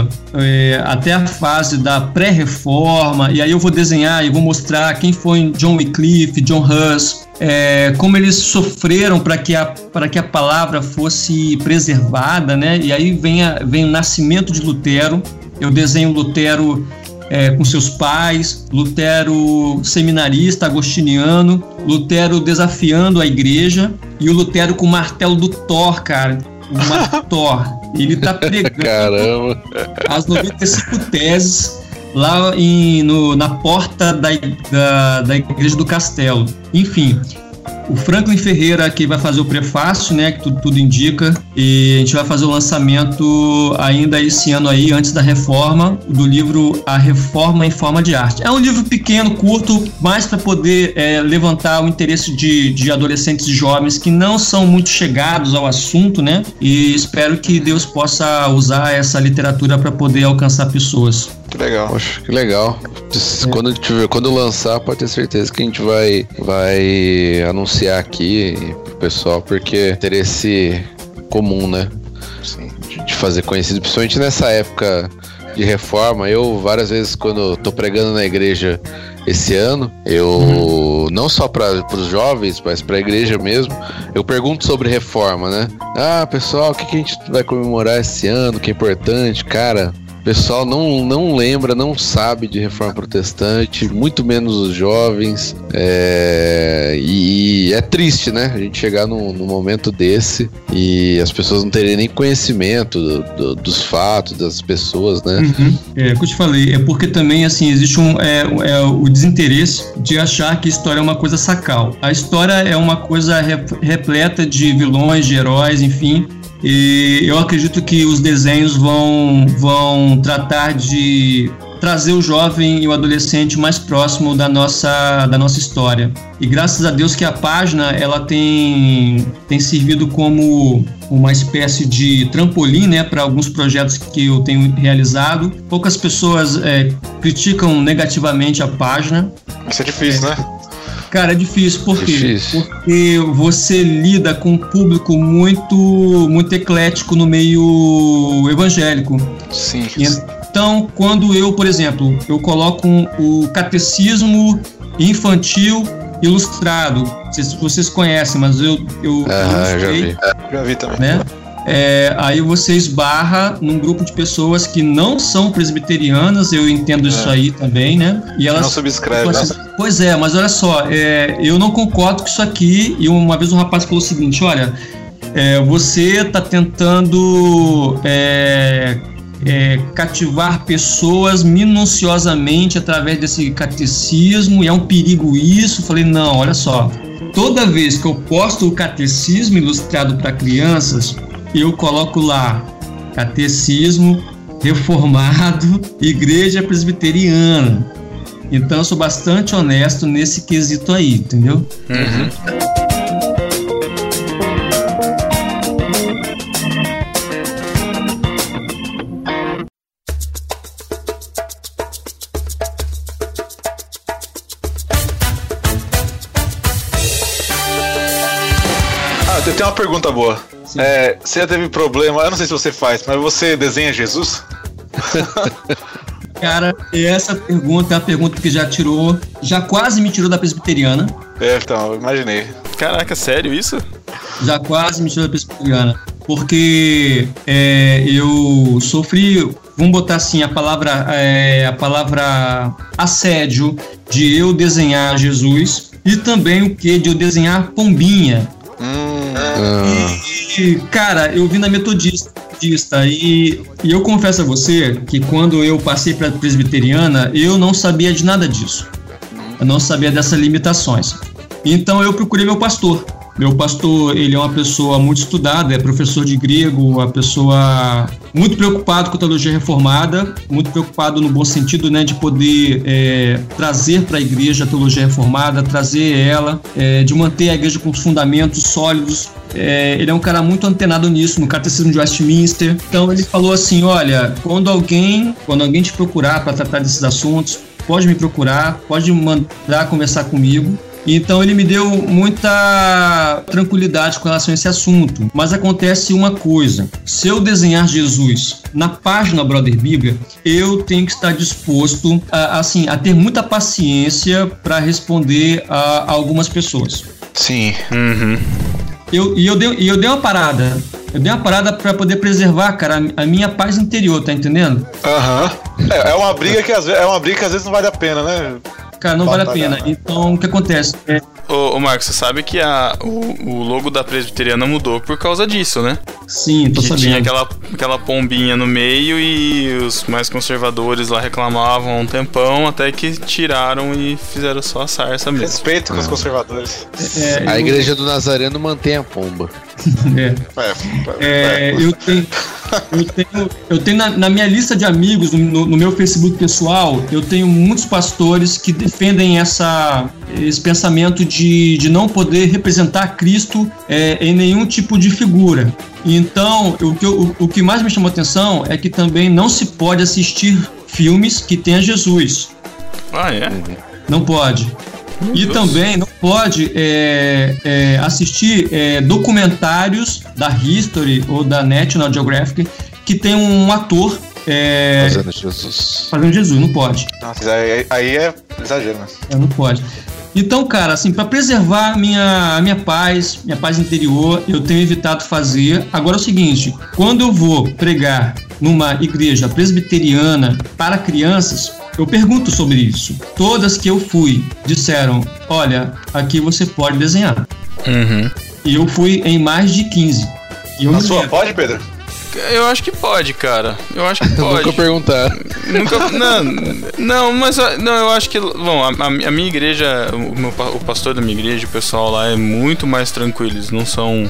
período, é, até a fase da pré-reforma, e aí eu vou desenhar e vou mostrar quem foi John Wycliffe, John Hus, é, como eles sofreram para que, a, para que a palavra fosse preservada, né? E aí vem, a, vem o nascimento de Lutero. Eu desenho Lutero é, com seus pais, Lutero seminarista, agostiniano, Lutero desafiando a igreja, e o Lutero com o martelo do Thor, cara, o martelo Thor. Ele tá pregando Caramba. as noventa e cinco teses lá em, no, na porta da, da, da igreja do castelo. Enfim, o Franklin Ferreira que vai fazer o prefácio, né, que tudo, tudo indica, e a gente vai fazer o lançamento ainda esse ano aí, antes da reforma, do livro A Reforma em Forma de Arte. É um livro pequeno, curto, mais para poder é, levantar o interesse de, de adolescentes e jovens que não são muito chegados ao assunto, né, e espero que Deus possa usar essa literatura para poder alcançar pessoas. Que legal. Poxa, que legal. É. Quando, tiver, quando lançar, pode ter certeza que a gente vai, vai anunciar aqui pro pessoal, porque é interesse comum, né? Sim. De, de fazer conhecido, principalmente nessa época de reforma. Eu, várias vezes, quando tô pregando na igreja esse ano, eu, uhum. não só para os jovens, mas para a igreja mesmo, eu pergunto sobre reforma, né? Ah, pessoal, o que, que a gente vai comemorar esse ano, que é importante? Cara, o pessoal não, não lembra, não sabe de reforma protestante, muito menos os jovens, é, e, e é triste, né? A gente chegar num, num momento desse e as pessoas não terem nem conhecimento do, do, dos fatos, das pessoas, né? Uhum. É, o que eu te falei, é porque também, assim, existe um, é, é, o desinteresse de achar que a história é uma coisa sacal. A história é uma coisa repleta de vilões, de heróis, enfim. E eu acredito que os desenhos vão, vão tratar de trazer o jovem e o adolescente mais próximo da nossa, da nossa história. E graças a Deus que a página ela tem, tem servido como uma espécie de trampolim, né, para alguns projetos que eu tenho realizado. Poucas pessoas é, criticam negativamente a página. Isso é difícil, é, né? Cara, é difícil, por quê? Difícil. Porque você lida com um público muito, muito eclético no meio evangélico. Sim. Então, quando eu, por exemplo, eu coloco um, o catecismo infantil ilustrado, não sei se vocês conhecem, mas eu, eu ah, já vi. Já vi também. Né? É, aí você esbarra num grupo de pessoas que não são presbiterianas, eu entendo é. isso aí também, né? E elas não subscrevem. Assim, pois é, mas olha só, é, eu não concordo com isso aqui. E uma vez um rapaz falou o seguinte: olha, é, você está tentando é, é, cativar pessoas minuciosamente através desse catecismo, e é um perigo isso. Eu falei, não, olha só, toda vez que eu posto o catecismo ilustrado para crianças, eu coloco lá catecismo reformado, igreja presbiteriana. Então eu sou bastante honesto nesse quesito aí, entendeu? Uhum. Ah, eu tenho uma pergunta boa. É, você já teve problema, eu não sei se você faz, mas você desenha Jesus? Cara, essa pergunta é uma pergunta que já tirou, já quase me tirou da presbiteriana. É, então, eu imaginei. Caraca, sério isso? Já quase me tirou da presbiteriana. Porque é, eu sofri, vamos botar assim, a palavra, é, a palavra assédio de eu desenhar Jesus, e também o que de eu desenhar pombinha. Hum. E, e, cara, eu vim da metodista e, e eu confesso a você que quando eu passei para a presbiteriana, eu não sabia de nada disso. Eu não sabia dessas limitações. Então eu procurei meu pastor. Meu pastor, ele é uma pessoa muito estudada, é professor de grego, uma pessoa muito preocupado com a teologia reformada, muito preocupado no bom sentido, né, de poder é, trazer para a igreja a teologia reformada, trazer ela, é, de manter a igreja com os fundamentos sólidos. É, ele é um cara muito antenado nisso, no Catecismo de Westminster. Então ele falou assim, olha, quando alguém, quando alguém te procurar para tratar desses assuntos, pode me procurar, pode mandar conversar comigo. Então ele me deu muita tranquilidade com relação a esse assunto. Mas acontece uma coisa: se eu desenhar Jesus na página Brother Bíblia, eu tenho que estar disposto a, assim, a ter muita paciência para responder a, a algumas pessoas. Sim. Uhum. Eu, e eu dei, e eu dei uma parada. Eu dei uma parada pra poder preservar, cara, a, a minha paz interior, tá entendendo? Aham. Uhum. É, é uma briga que às vezes, é uma briga que às vezes não vale a pena, né? Cara, não vale a pena. Então, o que acontece? É... Ô, ô Marcos, você sabe que a, o, o logo da Presbiteriana mudou por causa disso, né? Sim, tô que sabendo. Tinha aquela, aquela pombinha no meio e os mais conservadores lá reclamavam há um tempão, até que tiraram e fizeram só a sarça mesmo. Respeito com os conservadores. É, a eu... Igreja do Nazareno mantém a pomba. É. É, é, é. Eu tenho, eu tenho, eu tenho na, na minha lista de amigos, no, no meu Facebook pessoal, eu tenho muitos pastores que defendem essa, esse pensamento de, de não poder representar Cristo é, em nenhum tipo de figura. Então, o que, eu, o que mais me chamou a atenção é que também não se pode assistir filmes que tenha Jesus. Ah, é? Não pode. Meu E Deus. também não pode é, é, assistir é, documentários da History ou da National Geographic que tem um ator é, Fazendo Jesus. fazendo Jesus. Não pode. Nossa, aí, aí é exagero, né? É, não pode. Então, cara, assim, para preservar a minha, a minha paz, minha paz interior, eu tenho evitado fazer. Agora é o seguinte: quando eu vou pregar numa igreja presbiteriana para crianças, eu pergunto sobre isso. Todas que eu fui disseram: olha, aqui você pode desenhar. Uhum. E eu fui em mais de quinze. E eu A me sua lembro. pode, Pedro? Eu acho que pode, cara. Eu acho que pode. Nunca perguntar. Nunca, não, não, mas não, eu acho que, bom, a, a minha igreja, o, meu, o pastor da minha igreja, o pessoal lá é muito mais tranquilo. Eles não são,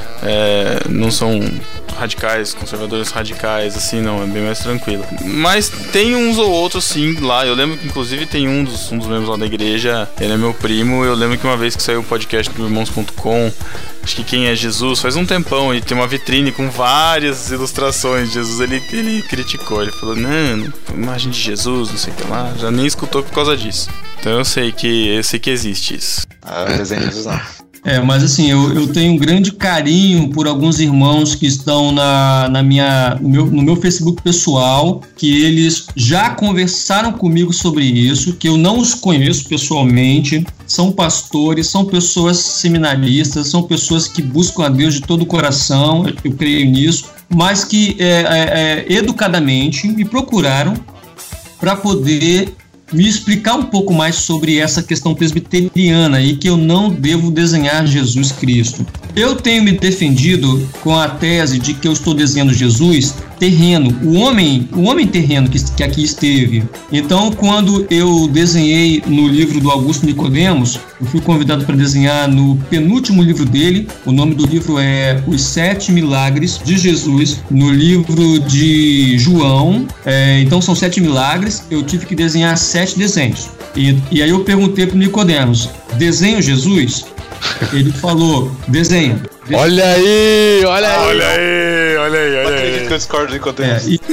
é, não são radicais, conservadores radicais, assim, não, é bem mais tranquilo. Mas tem uns ou outros, sim, lá. Eu lembro que, inclusive, tem um dos, um dos membros lá da igreja, ele é meu primo. Eu lembro que uma vez que saiu o podcast do irmãos ponto com, acho que Quem é Jesus, faz um tempão, e tem uma vitrine com várias ilustrações de Jesus, ele, ele criticou, ele falou, não, imagem de Jesus, não sei o que lá, já nem escutou por causa disso. Então eu sei que, eu sei que existe isso. Ah, desenho de Jesus não. É, mas assim, eu, eu tenho um grande carinho por alguns irmãos que estão na, na minha, no, meu, no meu Facebook pessoal, que eles já conversaram comigo sobre isso, que eu não os conheço pessoalmente, são pastores, são pessoas seminaristas, são pessoas que buscam a Deus de todo o coração, eu creio nisso, mas que é, é, é, educadamente me procuraram para poder me explicar um pouco mais sobre essa questão presbiteriana e que eu não devo desenhar Jesus Cristo. Eu tenho me defendido com a tese de que eu estou desenhando Jesus terreno, o homem, o homem terreno que, que aqui esteve. Então, quando eu desenhei no livro do Augusto Nicodemos, eu fui convidado para desenhar no penúltimo livro dele. O nome do livro é Os Sete Milagres de Jesus, no livro de João. É, então, são sete milagres. Eu tive que desenhar sete desenhos. E, e aí eu perguntei para o Nicodemos: desenho Jesus? Ele falou: desenha. Olha aí, olha aí. Olha aí, olha aí, Eu olha acredito aí. que eu discordo de conteúdo. É, e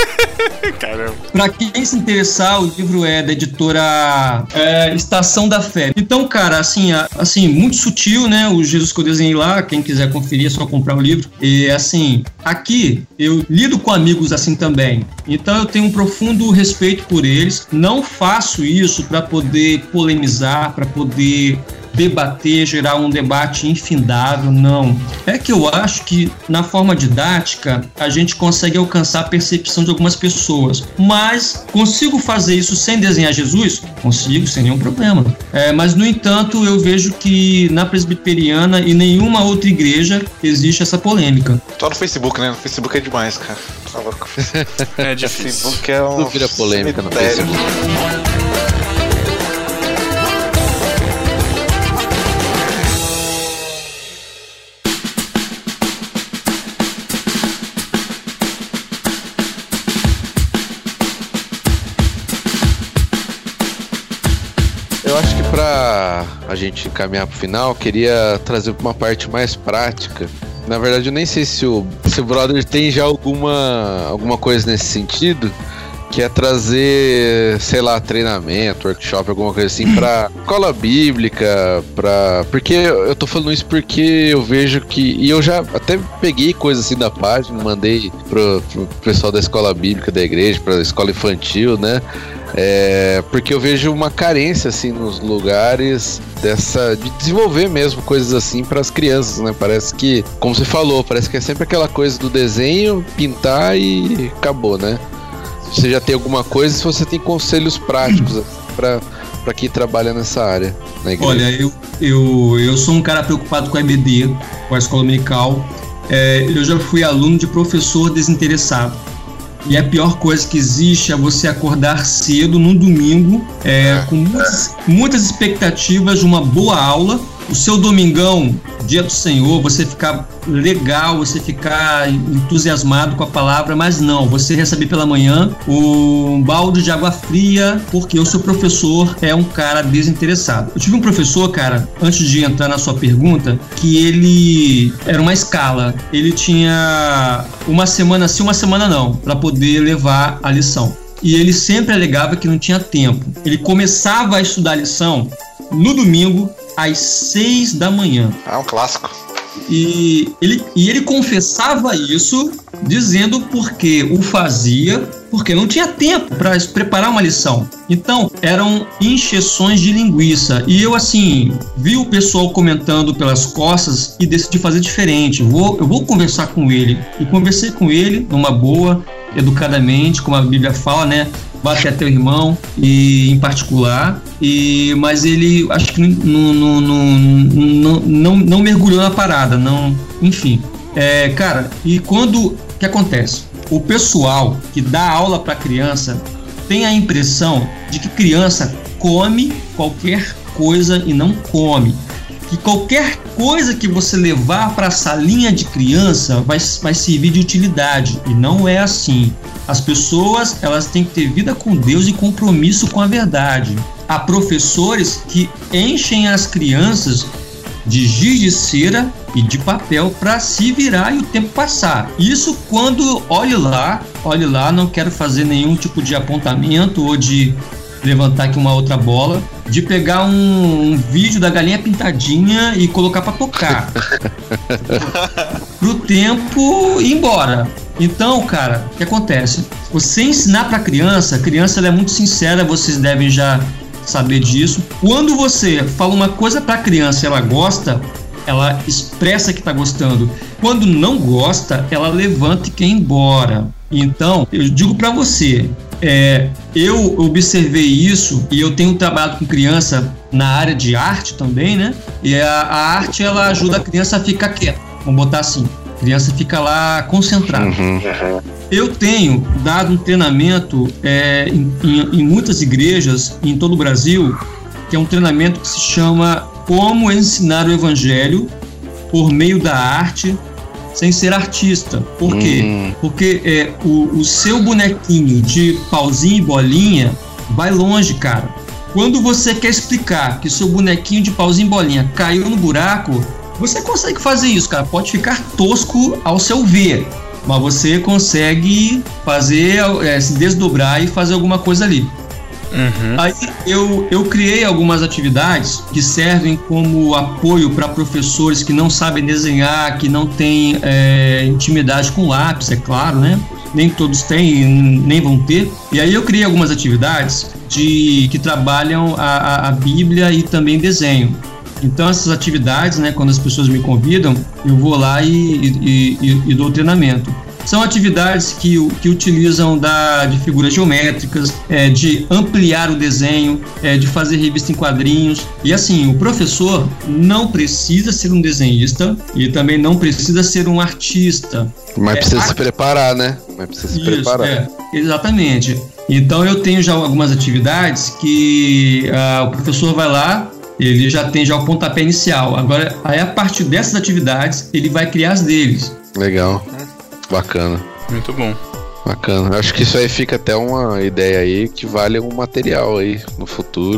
Caramba. para quem se interessar, o livro é da editora é, Estação da Fé. Então, cara, assim, a- assim, muito sutil, né? O Jesus que eu desenhei lá, quem quiser conferir é só comprar o livro. E assim, aqui eu lido com amigos assim também. Então eu tenho um profundo respeito por eles. Não faço isso para poder polemizar, para poder debater, gerar um debate infindável, não. É que eu acho que na forma didática a gente consegue alcançar a percepção de algumas pessoas, mas consigo fazer isso sem desenhar Jesus? Consigo, sem nenhum problema. É, mas no entanto eu vejo que na presbiteriana e nenhuma outra igreja existe essa polêmica. Só no Facebook, né? No Facebook é demais, cara. Tá louco. É difícil. Facebook é um Não vira polêmica no cemitério. Facebook. Eu acho que pra a gente encaminhar pro final, eu queria trazer uma parte mais prática. Na verdade, eu nem sei se o, se o brother tem já alguma, alguma coisa nesse sentido, que é trazer, sei lá, treinamento, workshop, alguma coisa assim, pra escola bíblica, pra... Porque eu tô falando isso porque eu vejo que... E eu já até peguei coisas assim da página, mandei pro, pro pessoal da escola bíblica da igreja, pra escola infantil, né? É, porque eu vejo uma carência assim nos lugares dessa de desenvolver mesmo coisas assim para as crianças, né? Parece que, como você falou, parece que é sempre aquela coisa do desenho, pintar e acabou, né? Você já tem alguma coisa, se você tem conselhos práticos para para quem trabalha nessa área na igreja. Olha, eu, eu, eu sou um cara preocupado com a E B D, com a escola dominical. É, eu já fui aluno de professor desinteressado. E a pior coisa que existe é você acordar cedo num domingo, é, com muitas, muitas expectativas de uma boa aula. O seu domingão, dia do Senhor, você ficar legal, você ficar entusiasmado com a palavra, mas não, você receber pela manhã um balde de água fria, porque o seu professor é um cara desinteressado. Eu tive um professor, cara, antes de entrar na sua pergunta, que ele era uma escala, ele tinha uma semana sim, uma semana não, para poder levar a lição. E ele sempre alegava que não tinha tempo. Ele começava a estudar a lição no domingo, às seis da manhã. É um clássico. E ele, e ele confessava isso, dizendo porque o fazia, porque não tinha tempo para preparar uma lição. Então, eram encheções de linguiça. E eu, assim, vi o pessoal comentando pelas costas e decidi fazer diferente. Vou, eu vou conversar com ele. E conversei com ele numa boa, educadamente, como a Bíblia fala, né? Bate até o irmão, e em particular, e, mas ele acho que não, não, não, não, não, não mergulhou na parada, não, enfim. É, cara, e quando, o que acontece? O pessoal que dá aula para criança tem a impressão de que criança come qualquer coisa e não come. Que qualquer coisa que você levar para a salinha de criança vai, vai servir de utilidade, e não é assim. As pessoas, elas têm que ter vida com Deus e compromisso com a verdade. Há professores que enchem as crianças de giz de cera e de papel para se virar e o tempo passar. Isso quando, olhe lá, olhe lá, não quero fazer nenhum tipo de apontamento ou de levantar aqui uma outra bola, de pegar um, um vídeo da galinha pintadinha e colocar para tocar pro tempo ir embora. Então, cara, o que acontece? Você ensinar para criança, a criança ela é muito sincera, vocês devem já saber disso. Quando você fala uma coisa para a criança, ela gosta, ela expressa que está gostando. Quando não gosta, ela levanta e quer ir embora. Então, eu digo para você, é, eu observei isso e eu tenho trabalhado com criança na área de arte também, né? E a, a arte, ela ajuda a criança a ficar quieta, vamos botar assim. A criança fica lá concentrada. Uhum. Eu tenho dado um treinamento é, em, em, em muitas igrejas em todo o Brasil, que é um treinamento que se chama Como Ensinar o Evangelho por meio da arte sem ser artista. Por quê? Uhum. Porque é, o, o seu bonequinho de pauzinho e bolinha vai longe, cara. Quando você quer explicar que seu bonequinho de pauzinho e bolinha caiu no buraco, você consegue fazer isso, cara. Pode ficar tosco ao seu ver, mas você consegue fazer, é, se desdobrar e fazer alguma coisa ali. Uhum. Aí eu, eu criei algumas atividades que servem como apoio para professores que não sabem desenhar, que não têm é, intimidade com lápis, é claro, né? Nem todos têm, nem vão ter. E aí eu criei algumas atividades de, que trabalham a, a, a Bíblia e também desenho. Então essas atividades, né, quando as pessoas me convidam, eu vou lá e, e, e, e dou treinamento. São atividades que, que utilizam da, de figuras geométricas, é, de ampliar o desenho, é, de fazer revista em quadrinhos. E assim, o professor não precisa ser um desenhista e também não precisa ser um artista. Mas é, precisa art... se preparar, né? Mas precisa se Isso, preparar. É, exatamente. Então eu tenho já algumas atividades que ah, o professor vai lá, ele já tem já o pontapé inicial. Agora, aí a partir dessas atividades, ele vai criar as deles. Legal. Bacana. Muito bom. Bacana. Acho que isso aí fica até uma ideia aí que vale um material aí no futuro.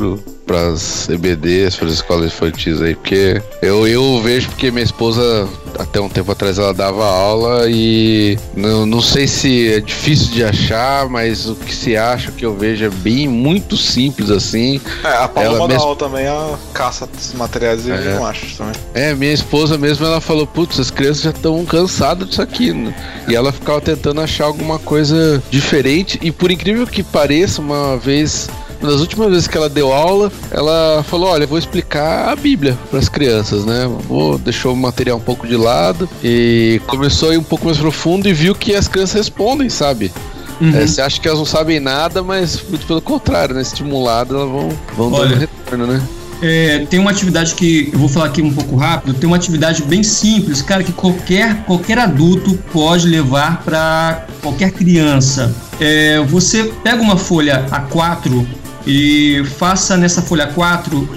pras E B Ds, pras escolas infantis aí, porque eu, eu vejo porque minha esposa, até um tempo atrás, ela dava aula e não, não sei se é difícil de achar, mas o que se acha, o que eu vejo é bem, muito simples assim. É, a Paloma ela da mesmo... aula também, a caça desses materiais e É. eu não acho também. É, minha esposa mesmo, ela falou, putz, as crianças já estão cansadas disso aqui, né? E ela ficava tentando achar alguma coisa diferente, e por incrível que pareça, uma vez, uma das últimas vezes que ela deu aula, ela falou, olha, eu vou explicar a Bíblia para as crianças, né? Vou, deixou o material um pouco de lado, e começou a ir um pouco mais profundo e viu que as crianças respondem, sabe? Uhum. É, você acha que elas não sabem nada, mas muito pelo contrário, né? Estimuladas, elas vão, vão Olha, dando retorno, né? É, tem uma atividade que eu vou falar aqui um pouco rápido. Tem uma atividade bem simples, cara, que qualquer, qualquer adulto pode levar para qualquer criança. É, você pega uma folha A quatro e faça nessa folha A quatro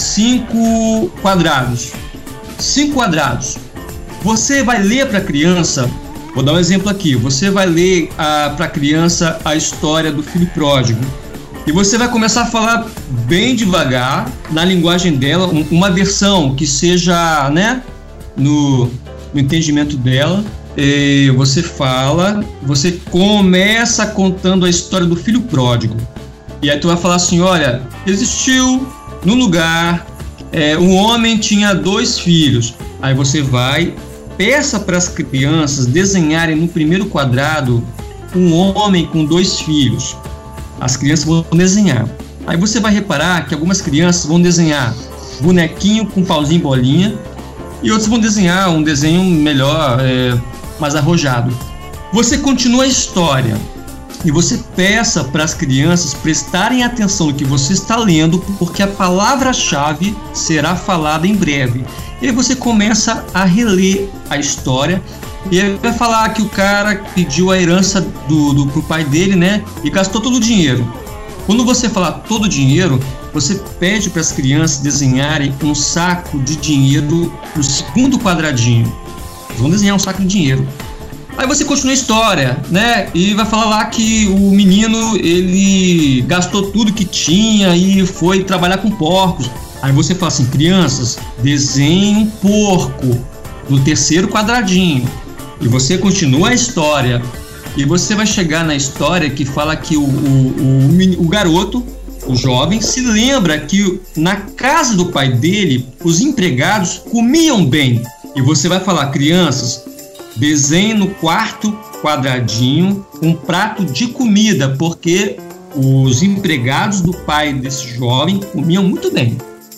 cinco quadrados. Cinco quadrados. Você vai ler para a criança. Vou dar um exemplo aqui. Você vai ler para a criança a história do filho pródigo. E você vai começar a falar bem devagar, na linguagem dela, um, uma versão que seja, né, no, no entendimento dela. E você fala, você começa contando a história do filho pródigo. E aí tu vai falar assim, olha, existiu no lugar, é, um homem tinha dois filhos. Aí você vai, peça para as crianças desenharem no primeiro quadrado um homem com dois filhos. As crianças vão desenhar. Aí você vai reparar que algumas crianças vão desenhar bonequinho com pauzinho e bolinha, e outros vão desenhar um desenho melhor, é, mais arrojado. Você continua a história e você peça para as crianças prestarem atenção no que você está lendo, porque a palavra-chave será falada em breve. E aí você começa a reler a história. E aí vai falar que o cara pediu a herança do, do, pro pai dele, né? E gastou todo o dinheiro. Quando você falar todo o dinheiro, você pede para as crianças desenharem um saco de dinheiro no segundo quadradinho. Eles vão desenhar um saco de dinheiro. Aí você continua a história, né? E vai falar lá que o menino, ele gastou tudo que tinha e foi trabalhar com porcos. Aí você fala assim, crianças, desenhem um porco no terceiro quadradinho. E você continua a história. E você vai chegar na história que fala que o, o, o, o garoto, o jovem, se lembra que na casa do pai dele, os empregados comiam bem. E você vai falar, crianças, desenhe no quarto quadradinho um prato de comida, porque os empregados do pai desse jovem comiam muito bem.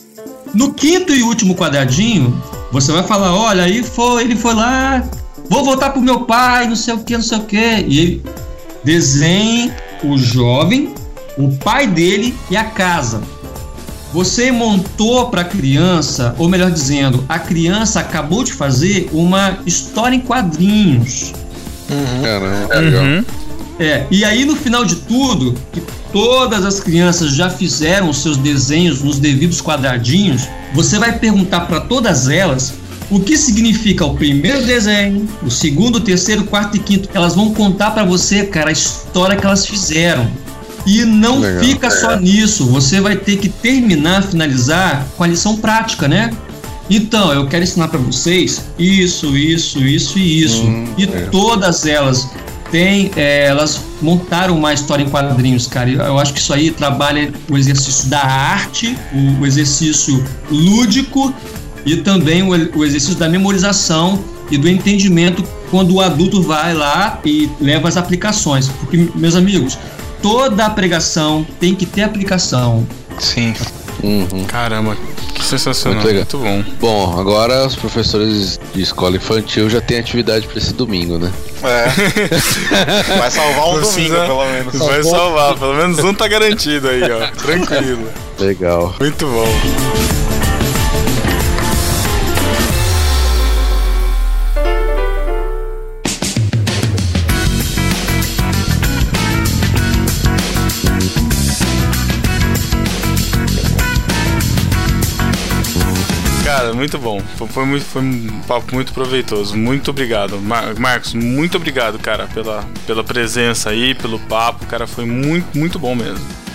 No quinto e último quadradinho, você vai falar, olha, aí foi, ele foi lá, vou voltar pro meu pai, não sei o que, não sei o que. E ele desenhe o jovem, o pai dele e a casa. Você montou para a criança, ou melhor dizendo, a criança acabou de fazer uma história em quadrinhos. Uhum. Caramba, legal. Uhum. É, e aí no final de tudo, que todas as crianças já fizeram os seus desenhos nos devidos quadradinhos, você vai perguntar para todas elas o que significa o primeiro desenho, o segundo, o terceiro, o quarto e quinto. Elas vão contar para você, cara, a história que elas fizeram. E não Legal. fica só nisso, você vai ter que terminar, finalizar com a lição prática, né? Então, eu quero ensinar para vocês isso, isso, isso e isso. Hum, e é. todas elas têm, é, elas montaram uma história em quadrinhos, cara. Eu acho que isso aí trabalha o exercício da arte, o, o exercício lúdico e também o, o exercício da memorização e do entendimento quando o adulto vai lá e leva as aplicações. Porque, meus amigos, toda a pregação tem que ter aplicação. Sim. Uhum. Caramba, que sensacional. Muito legal. Muito bom. Bom, agora os professores de escola infantil já têm atividade para esse domingo, né? É. Vai salvar um Precisa- domingo, pelo menos. Vai salvar, pelo menos um tá garantido aí, ó. Tranquilo. Legal. Muito bom. Cara, muito bom. Foi, foi muito, foi um papo muito proveitoso. Muito obrigado. Mar- Marcos, muito obrigado, cara, pela, pela presença aí, pelo papo. Cara, foi muito, muito bom mesmo.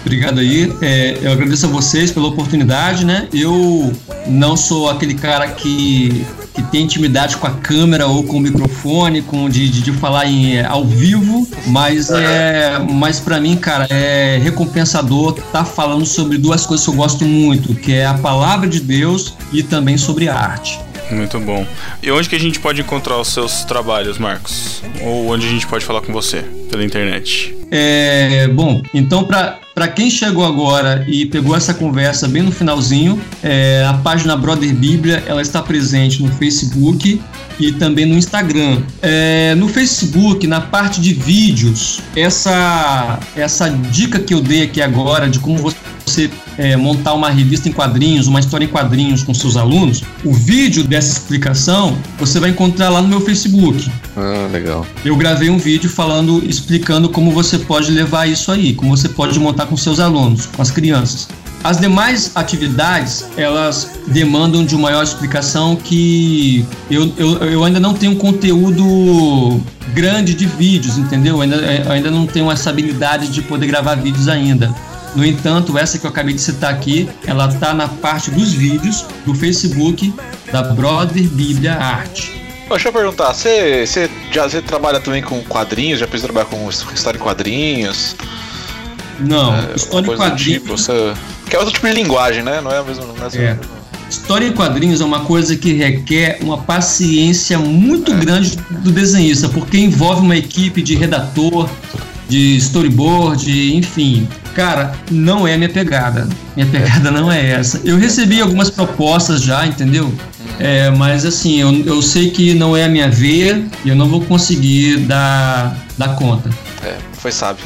Obrigado aí. É, eu agradeço a vocês pela oportunidade, né? Eu não sou aquele cara que, que tem intimidade com a câmera ou com o microfone, com, de, de, de falar em, ao vivo, mas, é, mas para mim, cara, é recompensador estar falando sobre duas coisas que eu gosto muito, que é a palavra de Deus e também sobre a arte. Muito bom. E onde que a gente pode encontrar os seus trabalhos, Marcos? Ou onde a gente pode falar com você? Pela internet? É, bom, então para quem chegou agora e pegou essa conversa bem no finalzinho, é, a página Brother Bíblia, ela está presente no Facebook e também no Instagram. É, no Facebook, na parte de vídeos, essa, essa dica que eu dei aqui agora de como você é, montar uma revista em quadrinhos, uma história em quadrinhos com seus alunos, o vídeo dessa explicação você vai encontrar lá no meu Facebook. Ah, legal. Eu gravei um vídeo falando, explicando como você pode levar isso aí, como você pode montar com seus alunos, com as crianças. As demais atividades, elas demandam de uma maior explicação que eu, eu, eu ainda não tenho conteúdo grande de vídeos, entendeu? Eu ainda, eu ainda não tenho essa habilidade de poder gravar vídeos ainda. No entanto, essa que eu acabei de citar aqui, ela está na parte dos vídeos do Facebook da Brother Bíblia Arte. Deixa eu perguntar, você, você, já, você trabalha também com quadrinhos? Já pensou em trabalhar com história em quadrinhos? Não, é, história em quadrinhos... Tipo, você... Que é outro tipo de linguagem, né? Não é a mesma... Não é, é. História em quadrinhos é uma coisa que requer uma paciência muito é. grande do desenhista, porque envolve uma equipe de redator, de storyboard, enfim. Cara, não é a minha pegada. Minha pegada não é essa. Eu recebi algumas propostas já, entendeu? É, mas assim, eu, eu sei que não é a minha veia e eu não vou conseguir dar, dar conta. É, foi sábio.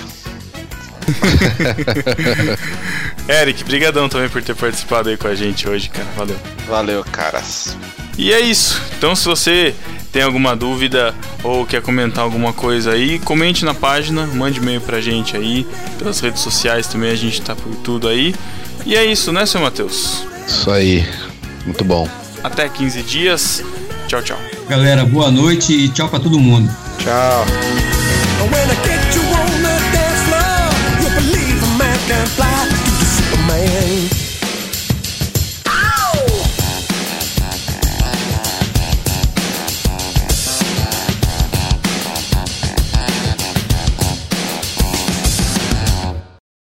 Eric, brigadão também por ter participado aí com a gente hoje, cara. Valeu. Valeu, caras. E é isso. Então, se você tem alguma dúvida ou quer comentar alguma coisa aí, comente na página, mande e-mail pra gente aí, pelas redes sociais também a gente tá por tudo aí. E é isso, né, seu Matheus? Isso aí. Muito bom. Até quinze dias. Tchau, tchau. Galera, boa noite e tchau pra todo mundo. Tchau.